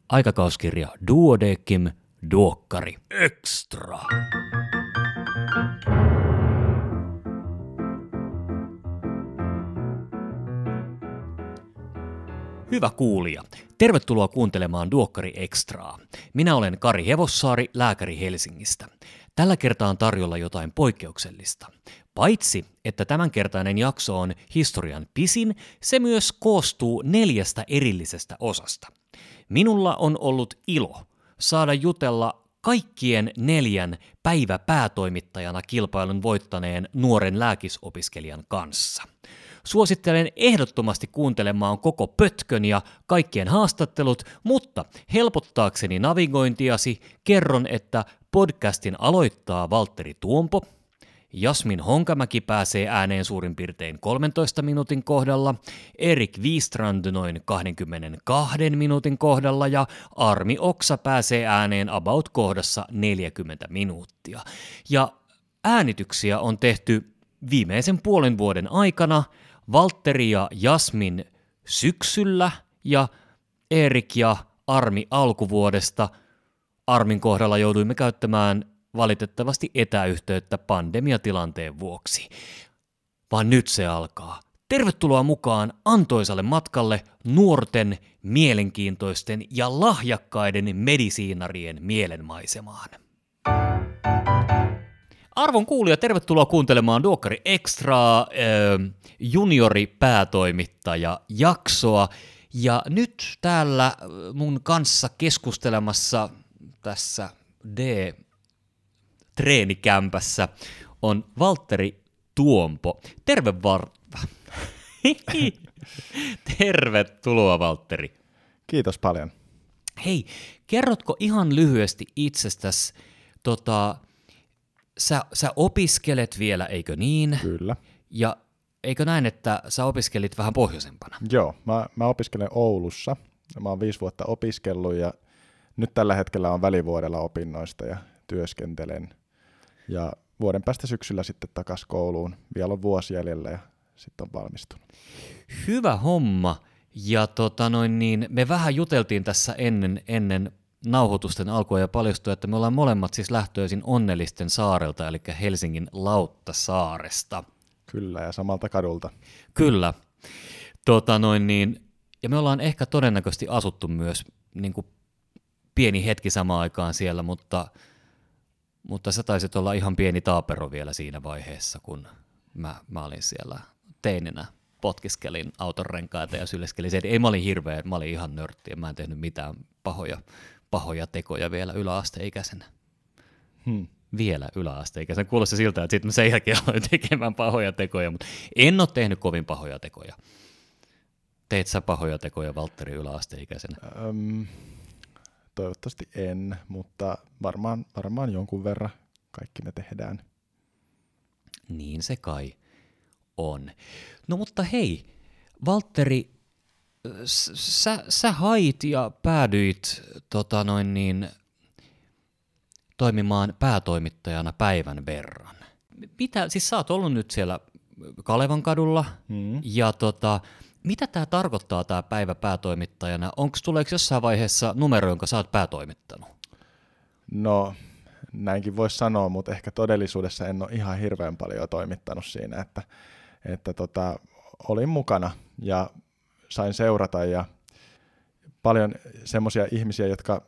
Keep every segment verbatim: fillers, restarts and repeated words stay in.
Aikakauskirja Duodecim Duokkari Extra. Hyvä kuulija, tervetuloa kuuntelemaan Duokkari Extraa. Minä olen Kari Hevossaari, lääkäri Helsingistä. Tällä kertaa on tarjolla jotain poikkeuksellista. Paitsi, että tämänkertainen jakso on historian pisin, se myös koostuu neljästä erillisestä osasta. Minulla on ollut ilo saada jutella kaikkien neljän päiväpäätoimittajana kilpailun voittaneen nuoren lääkisopiskelijan kanssa. Suosittelen ehdottomasti kuuntelemaan koko pötkön ja kaikkien haastattelut, mutta helpottaakseni navigointiasi kerron, että podcastin aloittaa Valtteri Tuompo, Jasmin Honkamäki pääsee ääneen suurin piirtein kolmentoista minuutin kohdalla, Erik Wistrand noin kaksikymmentäkaksi minuutin kohdalla ja Armi Oksa pääsee ääneen about kohdassa neljäkymmentä minuuttia. Ja äänityksiä on tehty viimeisen puolen vuoden aikana, Valtteri ja Jasmin syksyllä ja Erik ja Armi alkuvuodesta. Armin kohdalla jouduimme käyttämään valitettavasti etäyhteyttä pandemiatilanteen vuoksi. Vaan nyt se alkaa. Tervetuloa mukaan antoisalle matkalle nuorten, mielenkiintoisten ja lahjakkaiden medisiinarien mielenmaisemaan. Arvon kuulija, tervetuloa kuuntelemaan Duokkari Extraa äh, junioripäätoimittaja jaksoa. Ja nyt täällä mun kanssa keskustelemassa tässä D-treenikämpässä on Valtteri Tuompo. Terve var... Tervetuloa, Valtteri. Kiitos paljon. Hei, kerrotko ihan lyhyesti itsestäsi, tota, sä, sä opiskelet vielä, eikö niin? Kyllä. Ja eikö näin, että sä opiskelit vähän pohjoisempana? Joo, mä, mä opiskelen Oulussa. Mä oon viisi vuotta opiskellut ja nyt tällä hetkellä on välivuodella opinnoista ja työskentelen. Ja vuoden päästä syksyllä sitten takaisin kouluun. Vielä on vuosi jäljellä ja sitten on valmistunut. Hyvä homma. Ja tota noin niin, me vähän juteltiin tässä ennen, ennen nauhoitusten alkua ja paljastui, että me ollaan molemmat siis lähtöisin Onnellisten saarelta, eli Helsingin Lauttasaaresta. Kyllä, ja samalta kadulta. Kyllä. Tota noin niin, ja me ollaan ehkä todennäköisesti asuttu myös niin kuin pieni hetki samaan aikaan siellä, mutta, mutta sä taisit olla ihan pieni taapero vielä siinä vaiheessa, kun mä, mä olin siellä teininä, potkiskelin auton renkaita ja syleskelin se. Ei, mä olin hirveä, mä olin ihan nörtti ja mä en tehnyt mitään pahoja, pahoja tekoja vielä yläasteikäisenä. Hmm. Vielä yläasteikäisenä. Kuulosti siltä, että sitten mä sen jälkeen aloin tekemään pahoja tekoja, mutta en ole tehnyt kovin pahoja tekoja. Teet sä pahoja tekoja, Valtteri, yläasteikäisenä? Öm, toivottavasti en, mutta varmaan, varmaan jonkun verran kaikki me tehdään. Niin se kai on. No mutta hei, Valtteri, sä, sä hait ja päädyit tota noin niin, toimimaan päätoimittajana päivän verran. Mitä, siis sä oot ollut nyt siellä Kalevan kadulla, mm. ja tota, mitä tää tarkoittaa tää päivä päätoimittajana? Onko tuleeko jossain vaiheessa numero, jonka sä oot päätoimittanut? No, näinkin voisi sanoa, mutta ehkä todellisuudessa en ole ihan hirveän paljon toimittanut siinä, että, että tota, olin mukana ja sain seurata ja paljon semmoisia ihmisiä, jotka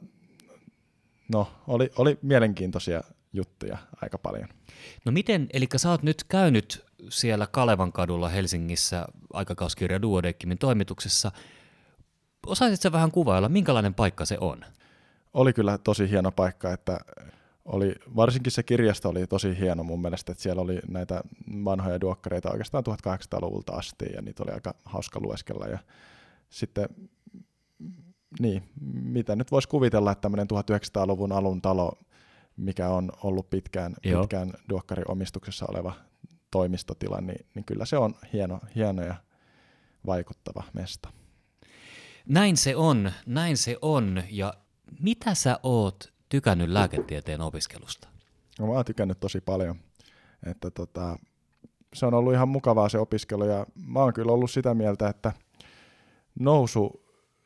no, oli, oli mielenkiintoisia juttuja aika paljon. No miten, eli sä oot nyt käynyt siellä Kalevan kadulla Helsingissä aikakauskirja Duodecimin toimituksessa. Osaisit sä vähän kuvailla, minkälainen paikka se on? Oli kyllä tosi hieno paikka, että oli, varsinkin se kirjasto oli tosi hieno mun mielestä, että siellä oli näitä vanhoja duokkareita oikeastaan tuhatkahdeksansataaluvulta asti ja niitä oli aika hauska lueskella ja sitten niin, mitä nyt voisi kuvitella, että tämmöinen tuhatyhdeksänsataaluvun alun talo, mikä on ollut pitkään, pitkään duokkariomistuksessa oleva toimistotila, niin, niin kyllä se on hieno, hieno ja vaikuttava mesta. Näin se on, näin se on. Ja mitä sä oot tykännyt lääketieteen opiskelusta? No, mä oon tykännyt tosi paljon. Että tota, se on ollut ihan mukavaa se opiskelu ja mä oon kyllä ollut sitä mieltä, että nousu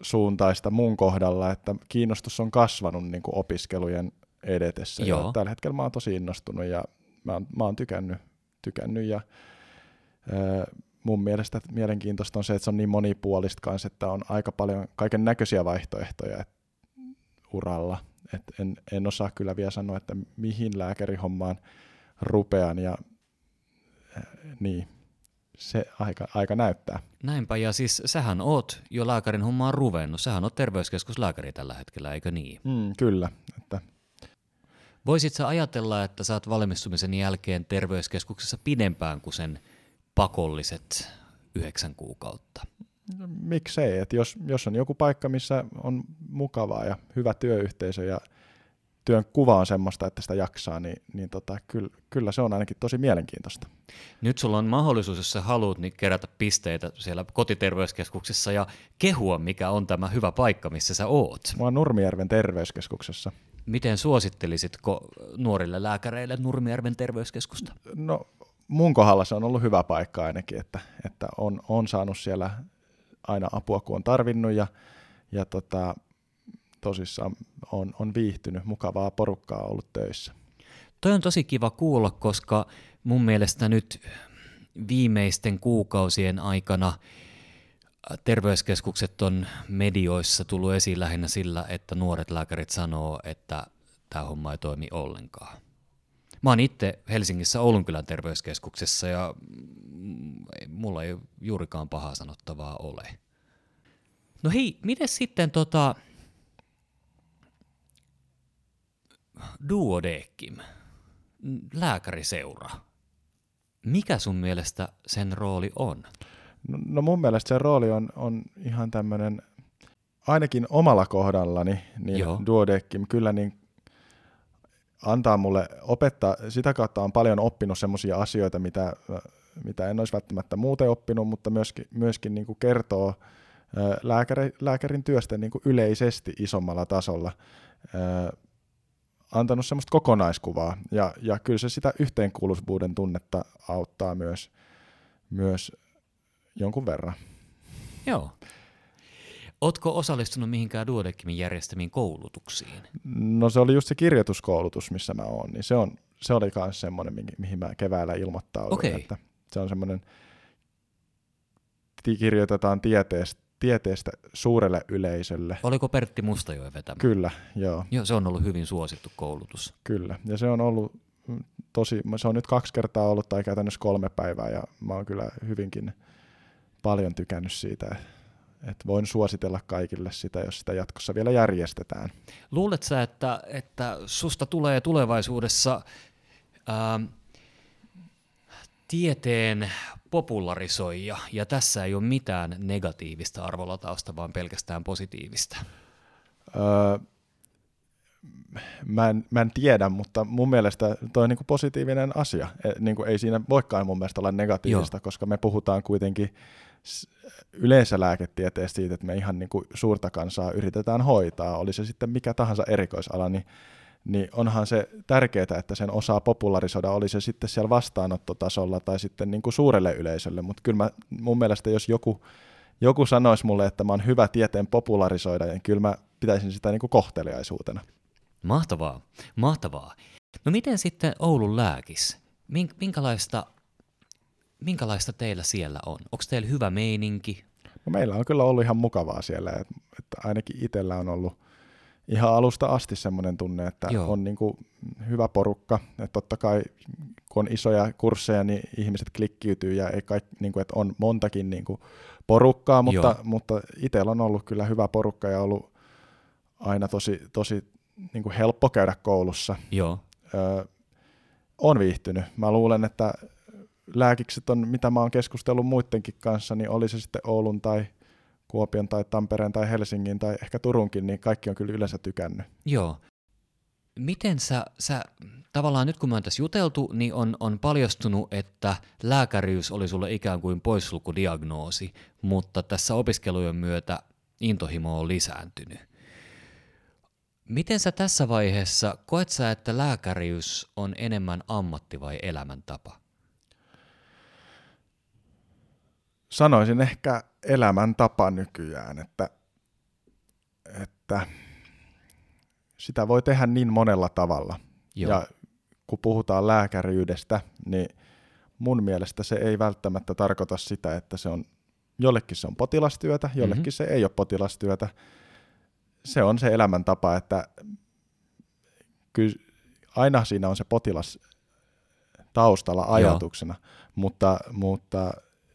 suuntaista mun kohdalla, että kiinnostus on kasvanut niin kuin opiskelujen edetessä. Ja tällä hetkellä mä oon tosi innostunut ja mä oon, mä oon tykännyt, tykännyt ja ää, mun mielestä mielenkiintoista on se, että se on niin monipuolista kanssa, että on aika paljon kaiken näköisiä vaihtoehtoja uralla. Et en, en osaa kyllä vielä sanoa, että mihin lääkärihommaan rupean ja ää, niin. Se aika, aika näyttää. Näinpä, ja siis sähän oot jo lääkärin hommaan ruvennut. Sähän oot terveyskeskuslääkäri tällä hetkellä, eikö niin? Mm, kyllä. Että... Voisit sä ajatella, että sä oot valmistumisen jälkeen terveyskeskuksessa pidempään kuin sen pakolliset yhdeksän kuukautta? No, miksei, että jos, jos on joku paikka, missä on mukavaa ja hyvä työyhteisö ja työn kuva on semmoista, että sitä jaksaa, niin, niin tota, kyllä, kyllä se on ainakin tosi mielenkiintoista. Nyt sulla on mahdollisuus, jos sä haluat, niin kerätä pisteitä siellä kotiterveyskeskuksessa ja kehua, mikä on tämä hyvä paikka, missä sä oot. Mä oon Nurmijärven terveyskeskuksessa. Miten suosittelisitko nuorille lääkäreille Nurmijärven terveyskeskusta? No mun kohdalla se on ollut hyvä paikka ainakin, että, että on, on saanut siellä aina apua, kun on tarvinnut ja, ja tota, tosissaan on, on viihtynyt, mukavaa porukkaa ollut töissä. Toi on tosi kiva kuulla, koska mun mielestä nyt viimeisten kuukausien aikana terveyskeskukset on medioissa tullut esiin lähinnä sillä, että nuoret lääkärit sanoo, että tämä homma ei toimi ollenkaan. Mä oon itse Helsingissä Oulunkylän terveyskeskuksessa ja mulla ei juurikaan pahaa sanottavaa ole. No hei, miten sitten tota Duodeckim, lääkäriseura, mikä sun mielestä sen rooli on? No, no mun mielestä se rooli on, on ihan tämmöinen, ainakin omalla kohdallani, niin Duodeckim kyllä niin antaa mulle opettaa, sitä kautta on paljon oppinut semmoisia asioita, mitä, mitä en olisi välttämättä muuten oppinut, mutta myöskin, myöskin niin kuin kertoo lääkäri, lääkärin työstä niin kuin yleisesti isommalla tasolla. Antanut semmoista kokonaiskuvaa, ja, ja kyllä se sitä yhteenkuuluvuuden tunnetta auttaa myös, myös jonkun verran. Joo. Ootko osallistunut mihinkään Duodeckimin järjestämiin koulutuksiin? No se oli just se kirjoituskoulutus, missä mä oon, niin se, on, se oli myös semmoinen, mihin mä keväällä ilmoittauduin. Okay. Että se on semmoinen, kirjoitetaan tieteestä, tieteestä suurelle yleisölle. Oliko Pertti Mustajoen vetämä? Kyllä, joo. Joo, se on ollut hyvin suosittu koulutus. Kyllä, ja se on ollut tosi, se on nyt kaksi kertaa ollut tai käytännössä kolme päivää, ja mä oon kyllä hyvinkin paljon tykännyt siitä, että voin suositella kaikille sitä, jos sitä jatkossa vielä järjestetään. Luulet sä, että, että susta tulee tulevaisuudessa ää, tieteen popularisoija, ja tässä ei ole mitään negatiivista arvolatausta, vaan pelkästään positiivista? Öö, mä, en, mä en tiedä, mutta mun mielestä toi on niinku positiivinen asia. E, niinku ei siinä voikaan mun mielestä olla negatiivista, Joo. koska me puhutaan kuitenkin yleensä lääketieteestä siitä, että me ihan niinku suurta kansaa yritetään hoitaa, oli se sitten mikä tahansa erikoisala, niin niin onhan se tärkeää, että sen osaa popularisoida, oli se sitten siellä vastaanottotasolla tai sitten niin kuin suurelle yleisölle, mutta kyllä mä, mun mielestä jos joku, joku sanoisi mulle, että mä oon hyvä tieteen popularisoida, niin kyllä mä pitäisin sitä niin kuin kohteliaisuutena. Mahtavaa, mahtavaa. No miten sitten Oulun lääkis? Minkälaista, minkälaista teillä siellä on? Onko teillä hyvä meininki? No meillä on kyllä ollut ihan mukavaa siellä, että ainakin itsellä on ollut ihan alusta asti semmoinen tunne, että Joo. on niin kuin hyvä porukka. Että totta kai kun on isoja kursseja, niin ihmiset klikkiytyy ja ei kaikki, niin kuin, että on montakin niin kuin porukkaa, mutta, mutta itsellä on ollut kyllä hyvä porukka ja ollut aina tosi, tosi niin kuin helppo käydä koulussa. Joo. Öö, on viihtynyt. Mä luulen, että lääkikset on, mitä mä oon keskustellut muidenkin kanssa, niin oli se sitten Oulun tai Kuopion tai Tampereen tai Helsingin tai ehkä Turunkin, niin kaikki on kyllä yleensä tykännyt. Joo. Miten sä, sä tavallaan nyt kun me on tässä juteltu, niin on, on paljastunut, että lääkäriys oli sulle ikään kuin poissulkudiagnoosi, mutta tässä opiskelujen myötä intohimo on lisääntynyt. Miten sä tässä vaiheessa, koet sä, että lääkäriys on enemmän ammatti vai elämäntapa? Sanoisin ehkä elämäntapa nykyään, että että sitä voi tehdä niin monella tavalla. Joo. Ja kun puhutaan lääkäriydestä, niin mun mielestä se ei välttämättä tarkoita sitä, että se on, jollekin se on potilastyötä, jollekin mm-hmm. se ei ole potilastyötä. Se on se elämäntapa, että kyllä aina siinä on se potilas taustalla ajatuksena, mutta, mutta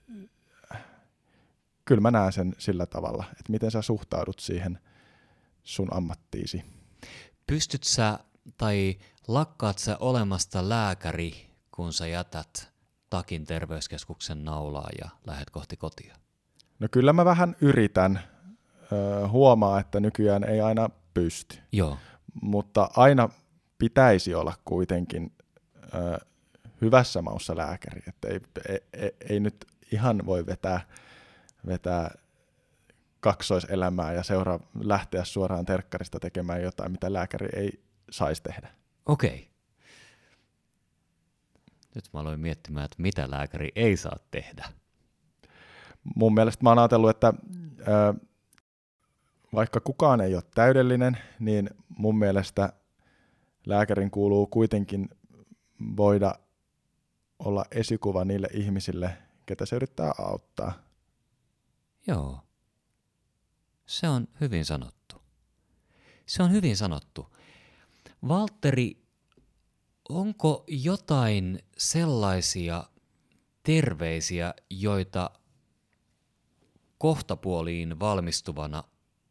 kyllä mä näen sen sillä tavalla, että miten sä suhtaudut siihen sun ammattiisi. Pystyt sä tai lakkaat sä olemasta lääkäri, kun sä jätät takin terveyskeskuksen naulaan ja lähdet kohti kotia? No kyllä mä vähän yritän. Öö, huomaa, että nykyään ei aina pysty. Joo. Mutta aina pitäisi olla kuitenkin öö, hyvässä maussa lääkäri. Että ei, ei, ei nyt ihan voi vetää, vetää kaksoiselämää ja seuraa, lähteä suoraan terkkarista tekemään jotain, mitä lääkäri ei saisi tehdä. Okei. Nyt mä aloin miettimään, että mitä lääkäri ei saa tehdä. Mun mielestä mä oon ajatellut, että ö, vaikka kukaan ei ole täydellinen, niin mun mielestä lääkärin kuuluu kuitenkin voida olla esikuva niille ihmisille, ketä se yrittää auttaa. Joo. Se on hyvin sanottu. Se on hyvin sanottu. Valtteri, onko jotain sellaisia terveisiä, joita kohtapuoliin valmistuvana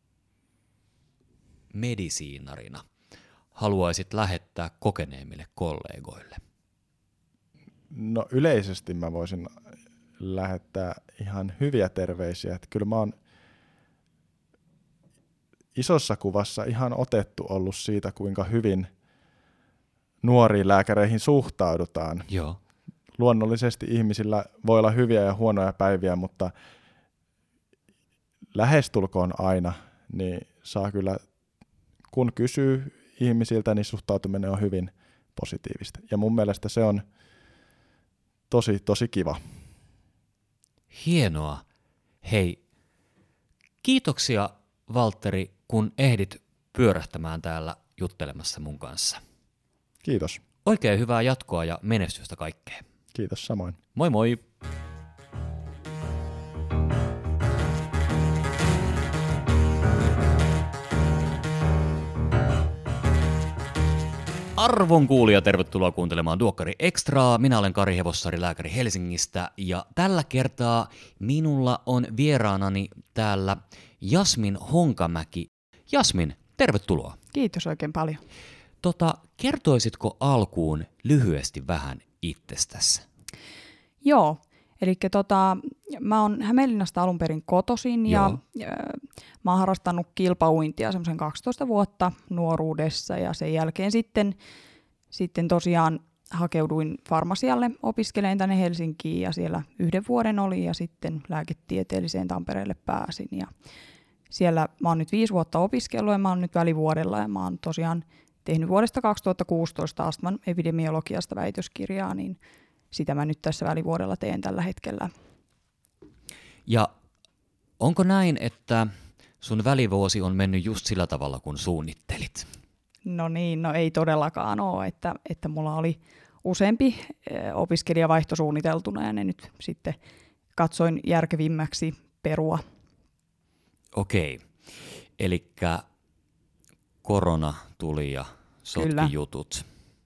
medisiinarina haluaisit lähettää kokeneemmille kollegoille? No yleisesti mä voisin lähettää ihan hyviä terveisiä. Että kyllä mä oon isossa kuvassa ihan otettu ollut siitä, kuinka hyvin nuoriin lääkäreihin suhtaudutaan. Joo. Luonnollisesti ihmisillä voi olla hyviä ja huonoja päiviä, mutta lähestulkoon aina niin saa kyllä, kun kysyy ihmisiltä, niin suhtautuminen on hyvin positiivista. Ja mun mielestä se on tosi, tosi kiva. Hienoa. Hei, kiitoksia Valtteri, kun ehdit pyörähtämään täällä juttelemassa mun kanssa. Kiitos. Oikein hyvää jatkoa ja menestystä kaikkeen. Kiitos samoin. Moi moi! Arvon kuulija, tervetuloa kuuntelemaan Duokkari Extraa. Minä olen Kari Hevossaari, lääkäri Helsingistä, ja tällä kertaa minulla on vieraanani täällä Jasmin Honkamäki. Jasmin, tervetuloa. Kiitos oikein paljon. Tota, kertoisitko alkuun lyhyesti vähän itsestäsi? Joo, eli tota, mä oon Hämeenlinnasta alun perin kotoisin ja, ja mä oon harrastanut kilpauintia semmoisen kaksitoista vuotta nuoruudessa ja sen jälkeen sitten, sitten tosiaan hakeuduin farmasialle opiskelemaan tänne Helsinkiin ja siellä yhden vuoden oli ja sitten lääketieteelliseen Tampereelle pääsin ja siellä mä oon nyt viisi vuotta opiskellut ja mä oon nyt välivuodella ja mä oon tosiaan tehnyt vuodesta kaksituhattakuusitoista astman epidemiologiasta väitöskirjaa, niin sitä mä nyt tässä välivuodella teen tällä hetkellä. Ja onko näin, että sun välivuosi on mennyt just sillä tavalla, kun suunnittelit? No niin, no ei todellakaan ole, että, että mulla oli useampi opiskelijavaihto suunniteltuna ja ne nyt sitten katsoin järkevimmäksi perua. Okei, elikkä korona tuli ja sotki Kyllä. jutut.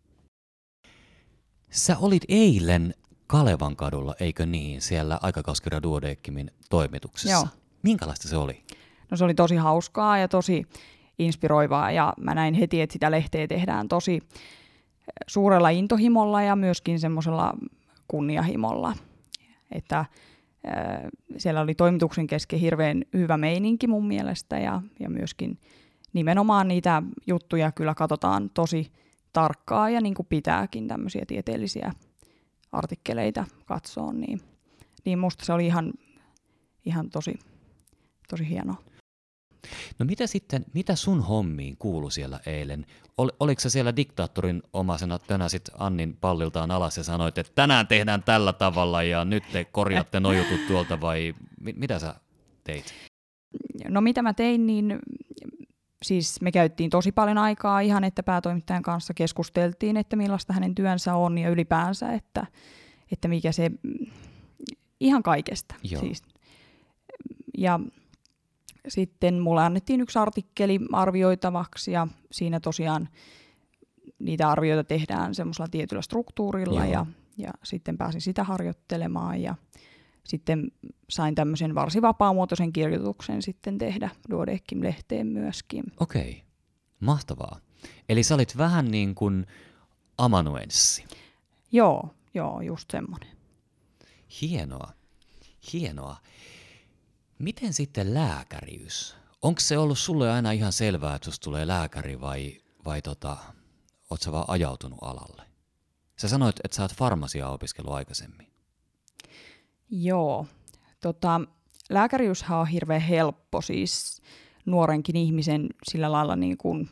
Sä olit eilen Kalevan kadulla, eikö niin, siellä aikakauskirja Duodeckimin toimituksessa. Joo. Minkälaista se oli? No se oli tosi hauskaa ja tosi inspiroivaa ja mä näin heti, että sitä lehteä tehdään tosi suurella intohimolla ja myöskin semmoisella kunniahimolla. Että äh, siellä oli toimituksen kesken hirveän hyvä meininki mun mielestä ja, ja myöskin nimenomaan niitä juttuja kyllä katsotaan tosi tarkkaa ja niin kuin pitääkin tämmöisiä tieteellisiä artikkeleita katsoa, niin, niin musta se oli ihan, ihan tosi, tosi hienoa. No mitä sitten, mitä sun hommiin kuului siellä eilen? Ol, oliko sä siellä diktaattorin omaisena tönäsit Annin palliltaan alas ja sanoit, että tänään tehdään tällä tavalla ja nyt te korjaatte nuo jutut tuolta vai mi, mitä sä teit? No mitä mä tein, niin siis me käyttiin tosi paljon aikaa ihan, että päätoimittajan kanssa keskusteltiin, että millaista hänen työnsä on ja ylipäänsä, että, että mikä se, ihan kaikesta. Siis. Ja sitten mulle annettiin yksi artikkeli arvioitavaksi ja siinä tosiaan niitä arvioita tehdään semmoisella tietyllä struktuurilla ja, ja sitten pääsin sitä harjoittelemaan ja sitten sain tämmöisen varsin vapaamuotoisen kirjoituksen sitten tehdä Duodeckim-lehteen myöskin. Okei, mahtavaa. Eli sä olit vähän niin kuin amanuenssi. Joo, joo, just semmoinen. Hienoa, hienoa. Miten sitten lääkäriys? Onko se ollut sulle aina ihan selvää, että susta tulee lääkäri vai, vai tota, oot sä vaan ajautunut alalle? Sä sanoit, että sä oot farmasiaa opiskellut aikaisemmin. Joo, tota, lääkäriyshän on hirveän helppo siis nuorenkin ihmisen sillä lailla niin kuin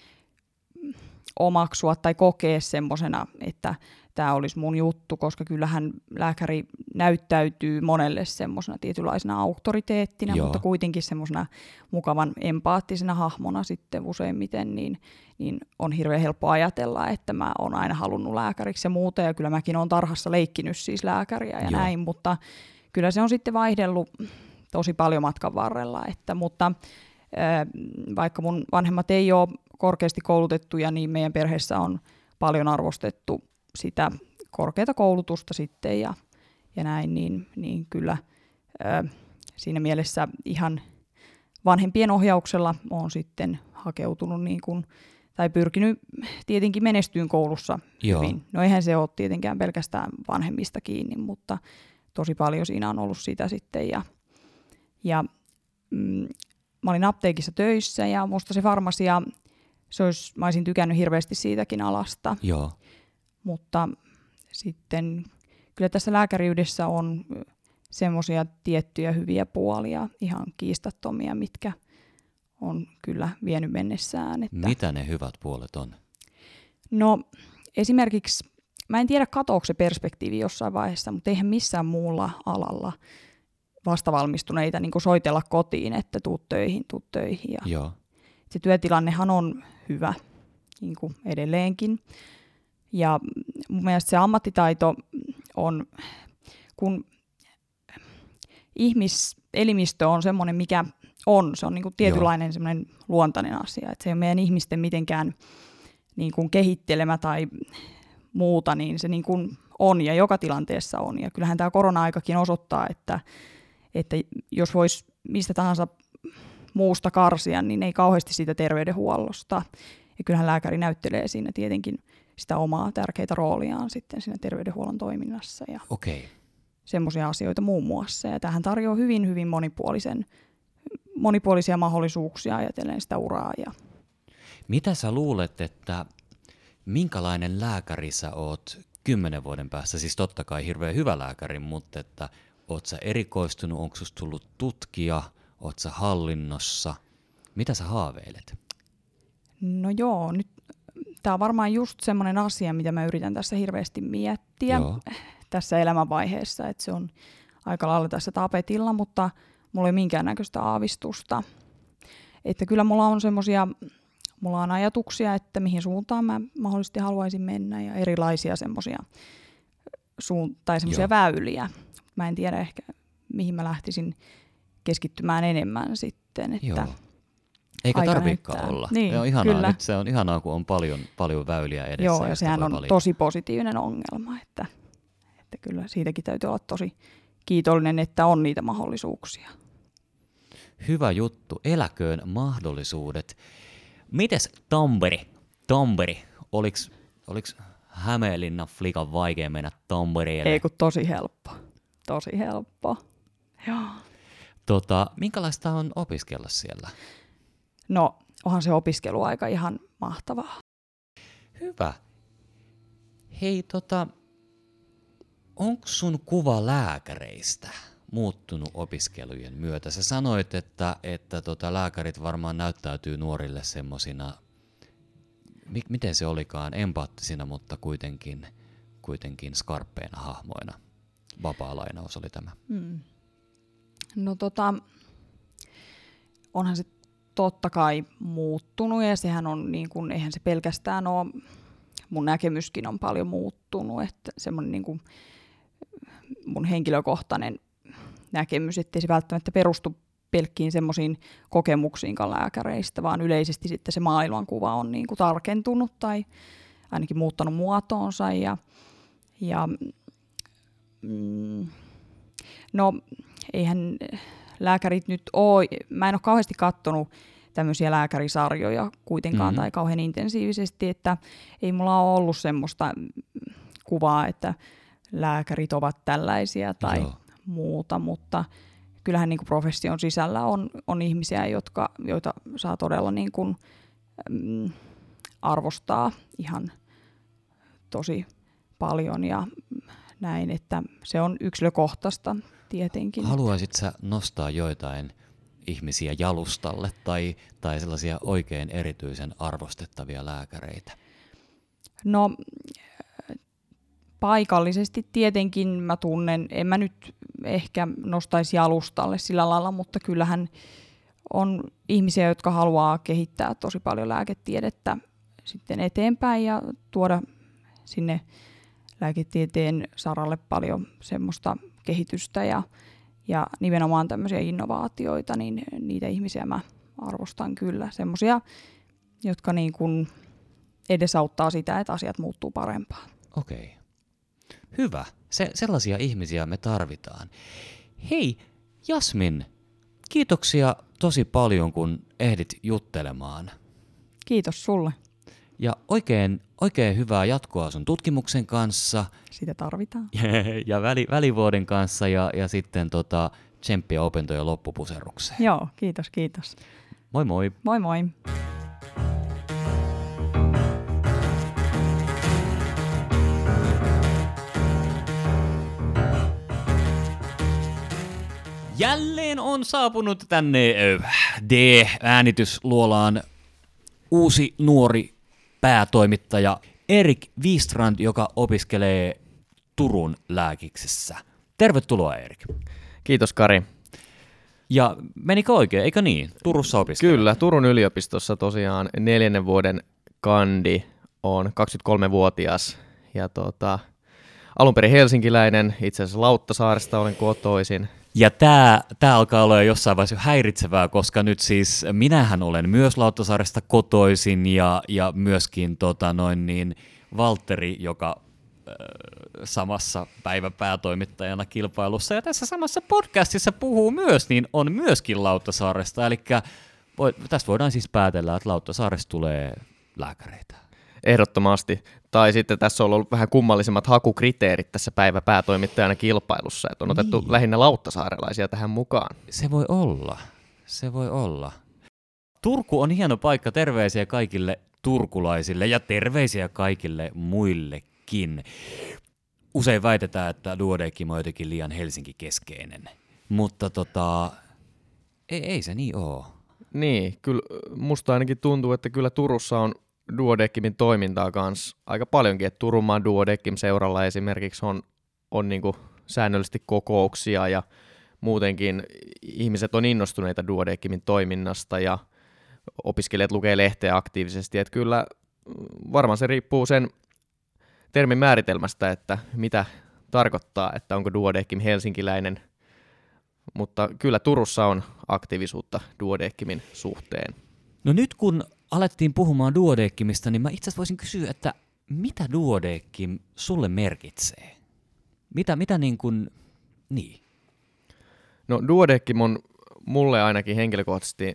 omaksua tai kokea semmoisena, että tämä olisi mun juttu, koska kyllähän lääkäri näyttäytyy monelle semmoisena tietynlaisena auktoriteettina, Joo. mutta kuitenkin semmoisena mukavan empaattisena hahmona sitten useimmiten, niin, niin on hirveän helppo ajatella, että mä oon aina halunnut lääkäriksi ja muuta, ja kyllä mäkin oon tarhassa leikkinyt siis lääkäriä ja Joo. näin, mutta kyllä se on sitten vaihdellut tosi paljon matkan varrella, että, mutta äh, vaikka mun vanhemmat ei ole korkeasti koulutettuja, niin meidän perheessä on paljon arvostettu sitä korkeata koulutusta sitten ja, ja näin, niin, niin kyllä ö, siinä mielessä ihan vanhempien ohjauksella olen sitten hakeutunut niin kuin, tai pyrkinyt tietenkin menestyyn koulussa Joo. hyvin. No eihän se ole tietenkään pelkästään vanhemmista kiinni, mutta tosi paljon siinä on ollut sitä sitten ja, ja mm, mä olin apteekissa töissä ja musta se farmasia, se olisi, mä olisin tykännyt hirveästi siitäkin alasta. Joo. Mutta sitten kyllä tässä lääkäriydessä on semmoisia tiettyjä hyviä puolia, ihan kiistattomia, mitkä on kyllä vienyt mennessään. Että Mitä ne hyvät puolet on? No esimerkiksi, mä en tiedä katoako se perspektiivi jossain vaiheessa, mutta eihän missään muulla alalla vastavalmistuneita niin kuin soitella kotiin, että tuut töihin, tuut töihin. Ja Joo. se työtilannehan on hyvä niin kuin edelleenkin. Ja mun mielestä se ammattitaito on, kun ihmiselimistö on semmoinen, mikä on, se on niin kuin tietynlainen semmoinen luontainen asia, että se ei ole meidän ihmisten mitenkään niin kuin kehittelemä tai muuta, niin se niin kuin on ja joka tilanteessa on. Ja kyllähän tämä korona-aikakin osoittaa, että, että jos voisi mistä tahansa muusta karsia, niin ei kauheasti siitä terveydenhuollosta. Ja kyllähän lääkäri näyttelee siinä tietenkin sitä omaa tärkeää rooliaan sitten siinä terveydenhuollon toiminnassa ja Okei. semmoisia asioita muun muassa. Ja tämähän tarjoaa hyvin, hyvin monipuolisen, monipuolisia mahdollisuuksia ajatellen sitä uraa. Ja Mitä sä luulet, että minkälainen lääkäri sä oot kymmenen vuoden päästä? Siis totta kai hirveän hyvä lääkäri, mutta että oot sä erikoistunut, onko susta tullut tutkija, oot sä hallinnossa? Mitä sä haaveilet? No joo, nyt tämä on varmaan just semmoinen asia, mitä mä yritän tässä hirveästi miettiä Joo. tässä elämänvaiheessa, että se on aika lailla tässä tapetilla, mutta mulla ei minkäännäköistä aavistusta. Että kyllä mulla on semmoisia, mulla on ajatuksia, että mihin suuntaan mä mahdollisesti haluaisin mennä ja erilaisia semmoisia suun- tai semmoisia väyliä. Mä en tiedä ehkä, mihin mä lähtisin keskittymään enemmän sitten. Että Joo. Eikä tarvikaan olla. Niin, se on ihanaa, kyllä. nyt se on ihanaa, kun on paljon, paljon väyliä edessä. Joo, ja sehän on valita. tosi positiivinen ongelma, että, että kyllä siitäkin täytyy olla tosi kiitollinen, että on niitä mahdollisuuksia. Hyvä juttu, eläköön mahdollisuudet. Mites Tampere? Tampere, oliks, oliks Hämeenlinnan flikan vaikea mennä Tampereelle? Ei kun tosi helppo, tosi helppo. Joo. Tota, minkälaista on opiskella siellä? No, onhan se opiskeluaika ihan mahtavaa. Hyvä. Hei, tota, onko sun kuva lääkäreistä muuttunut opiskelujen myötä? Sä sanoit, että, että tota, lääkärit varmaan näyttäytyy nuorille semmosina, mi- miten se olikaan, empaattisina, mutta kuitenkin, kuitenkin skarppeina hahmoina. Vapaa-lainaus oli tämä. Mm. No tota, onhan se totta kai muuttunut ja sehän on, niin kuin, eihän se pelkästään ole, mun näkemyskin on paljon muuttunut, että semmoinen niin kuin mun henkilökohtainen näkemys, ettei se välttämättä perustu pelkkiin semmoisiin kokemuksiin lääkäreistä, vaan yleisesti sitten se maailmankuva on niin kuin tarkentunut tai ainakin muuttanut muotoonsa. Ja, ja, mm, no, eihän lääkärit nyt ole, mä en ole kauheasti katsonut tämmöisiä lääkärisarjoja kuitenkaan mm-hmm. tai kauhean intensiivisesti, että ei mulla ole ollut semmoista kuvaa, että lääkärit ovat tällaisia tai Joo. muuta, mutta kyllähän niin kuin profession sisällä on, on ihmisiä, jotka, joita saa todella niin kuin, mm, arvostaa ihan tosi paljon ja näin, että se on yksilökohtaista tietenkin. Haluaisit sä nostaa joitain ihmisiä jalustalle tai, tai sellaisia oikein erityisen arvostettavia lääkäreitä? No paikallisesti tietenkin mä tunnen, en mä nyt ehkä nostaisi jalustalle sillä lailla, mutta kyllähän on ihmisiä, jotka haluaa kehittää tosi paljon lääketiedettä sitten eteenpäin ja tuoda sinne lääketieteen saralle paljon semmoista kehitystä ja, ja nimenomaan tämmöisiä innovaatioita, niin niitä ihmisiä mä arvostan kyllä. Semmoisia, jotka niin kuin edesauttaa sitä, että asiat muuttuu parempaan. Okei. Hyvä. Se, sellaisia ihmisiä me tarvitaan. Hei, Jasmin, kiitoksia tosi paljon, kun ehdit juttelemaan. Kiitos sulle. Ja oikein, oikein hyvää jatkoa sun tutkimuksen kanssa. Sitä tarvitaan. Ja väli, välivuoden kanssa ja, ja sitten tota, tsemppiä opintojen loppupuserrukseen. Joo, kiitos, kiitos. Moi moi. Moi moi. Jälleen on saapunut tänne D-äänitysluolaan uusi nuori päätoimittaja Erik Wistrand, joka opiskelee Turun lääkiksessä. Tervetuloa, Erik. Kiitos, Kari. Ja menikö oikein, eikö niin? Turussa opiskelee? Kyllä, Turun yliopistossa tosiaan neljännen vuoden kandi on kaksikymmentäkolmevuotias ja tota, alun perin helsinkiläinen, itse asiassa Lauttasaaresta olen kotoisin. Ja tämä, tämä alkaa olla jossain vaiheessa häiritsevää, koska nyt siis minähän olen myös Lauttasaaresta kotoisin ja, ja myöskin tota noin niin, Valtteri, joka äh, samassa päiväpäätoimittajana kilpailussa ja tässä samassa podcastissa puhuu myös, niin on myöskin Lauttasaaresta. Eli voi, tästä voidaan siis päätellä, että Lauttasaaresta tulee lääkäreitä. Ehdottomasti. Tai sitten tässä on ollut vähän kummallisemmat hakukriteerit tässä päiväpäätoimittajana kilpailussa, että on niin. otettu lähinnä lauttasaarelaisia tähän mukaan. Se voi olla, se voi olla. Turku on hieno paikka, terveisiä kaikille turkulaisille ja terveisiä kaikille muillekin. Usein väitetään, että duodeckim on jotenkin liian Helsinki-keskeinen, mutta tota, ei, ei se niin ole. Niin, kyllä musta ainakin tuntuu, että kyllä Turussa on duodeckimin toimintaa kanssa aika paljonkin, että Turunmaan duodeckim-seuralla esimerkiksi on, on niinku säännöllisesti kokouksia ja muutenkin ihmiset on innostuneita duodeckimin toiminnasta ja opiskelijat lukee lehteä aktiivisesti, että kyllä varmaan se riippuu sen termin määritelmästä, että mitä tarkoittaa, että onko duodeckim helsinkiläinen, mutta kyllä Turussa on aktiivisuutta duodeckimin suhteen. No nyt kun alettiin puhumaan duodeckimista, niin mä itse asiassa voisin kysyä, että mitä duodeckim sulle merkitsee? Mitä, mitä niin kuin, niin? No duodeckim on mulle ainakin henkilökohtaisesti,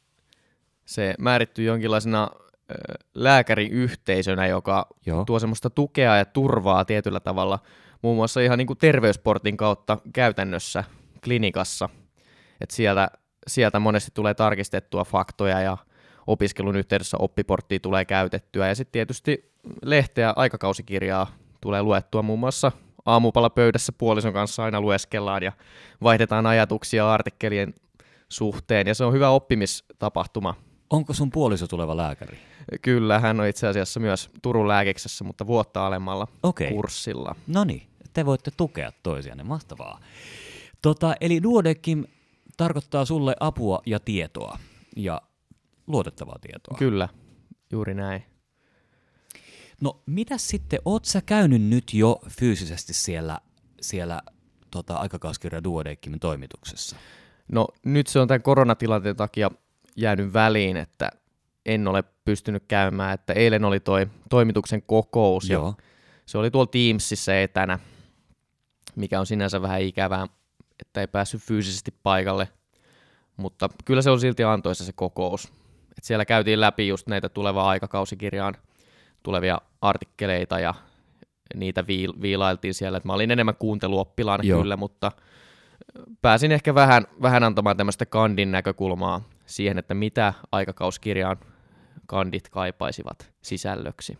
se määrittyy jonkinlaisena ö, lääkäriyhteisönä, joka Joo. tuo semmoista tukea ja turvaa tietyllä tavalla, muun muassa ihan niin kuin terveysportin kautta käytännössä klinikassa, että sieltä, sieltä monesti tulee tarkistettua faktoja ja opiskelun yhteydessä oppiporttia tulee käytettyä ja sitten tietysti lehteä, aikakausikirjaa tulee luettua muun muassa aamupalapöydässä puolison kanssa aina lueskellaan ja vaihdetaan ajatuksia artikkelien suhteen ja se on hyvä oppimistapahtuma. Onko sun puoliso tuleva lääkäri? Kyllä, hän on itse asiassa myös Turun lääkiksessä, mutta vuotta alemmalla Okei. kurssilla. No niin, te voitte tukea toisianne, mahtavaa. Tota, eli duodeckim tarkoittaa sulle apua ja tietoa ja luotettavaa tietoa. Kyllä, juuri näin. No mitäs sitten, oot sä käynyt nyt jo fyysisesti siellä, siellä tota, aikakauskirja Duodeckimin toimituksessa? No nyt se on tämän koronatilanteen takia jäänyt väliin, että en ole pystynyt käymään, että eilen oli toi toimituksen kokous Joo. ja se oli tuolla Teamsissa etänä, mikä on sinänsä vähän ikävää, että ei päässyt fyysisesti paikalle, mutta kyllä se on silti antoisa se kokous. Et siellä käytiin läpi just näitä tulevaa aikakausikirjaan tulevia artikkeleita ja niitä viil- viilailtiin siellä. Et mä olin enemmän kuunteluoppilaana Joo. kyllä, mutta pääsin ehkä vähän, vähän antamaan tämmöistä kandin näkökulmaa siihen, että mitä aikakauskirjaan kandit kaipaisivat sisällöksi.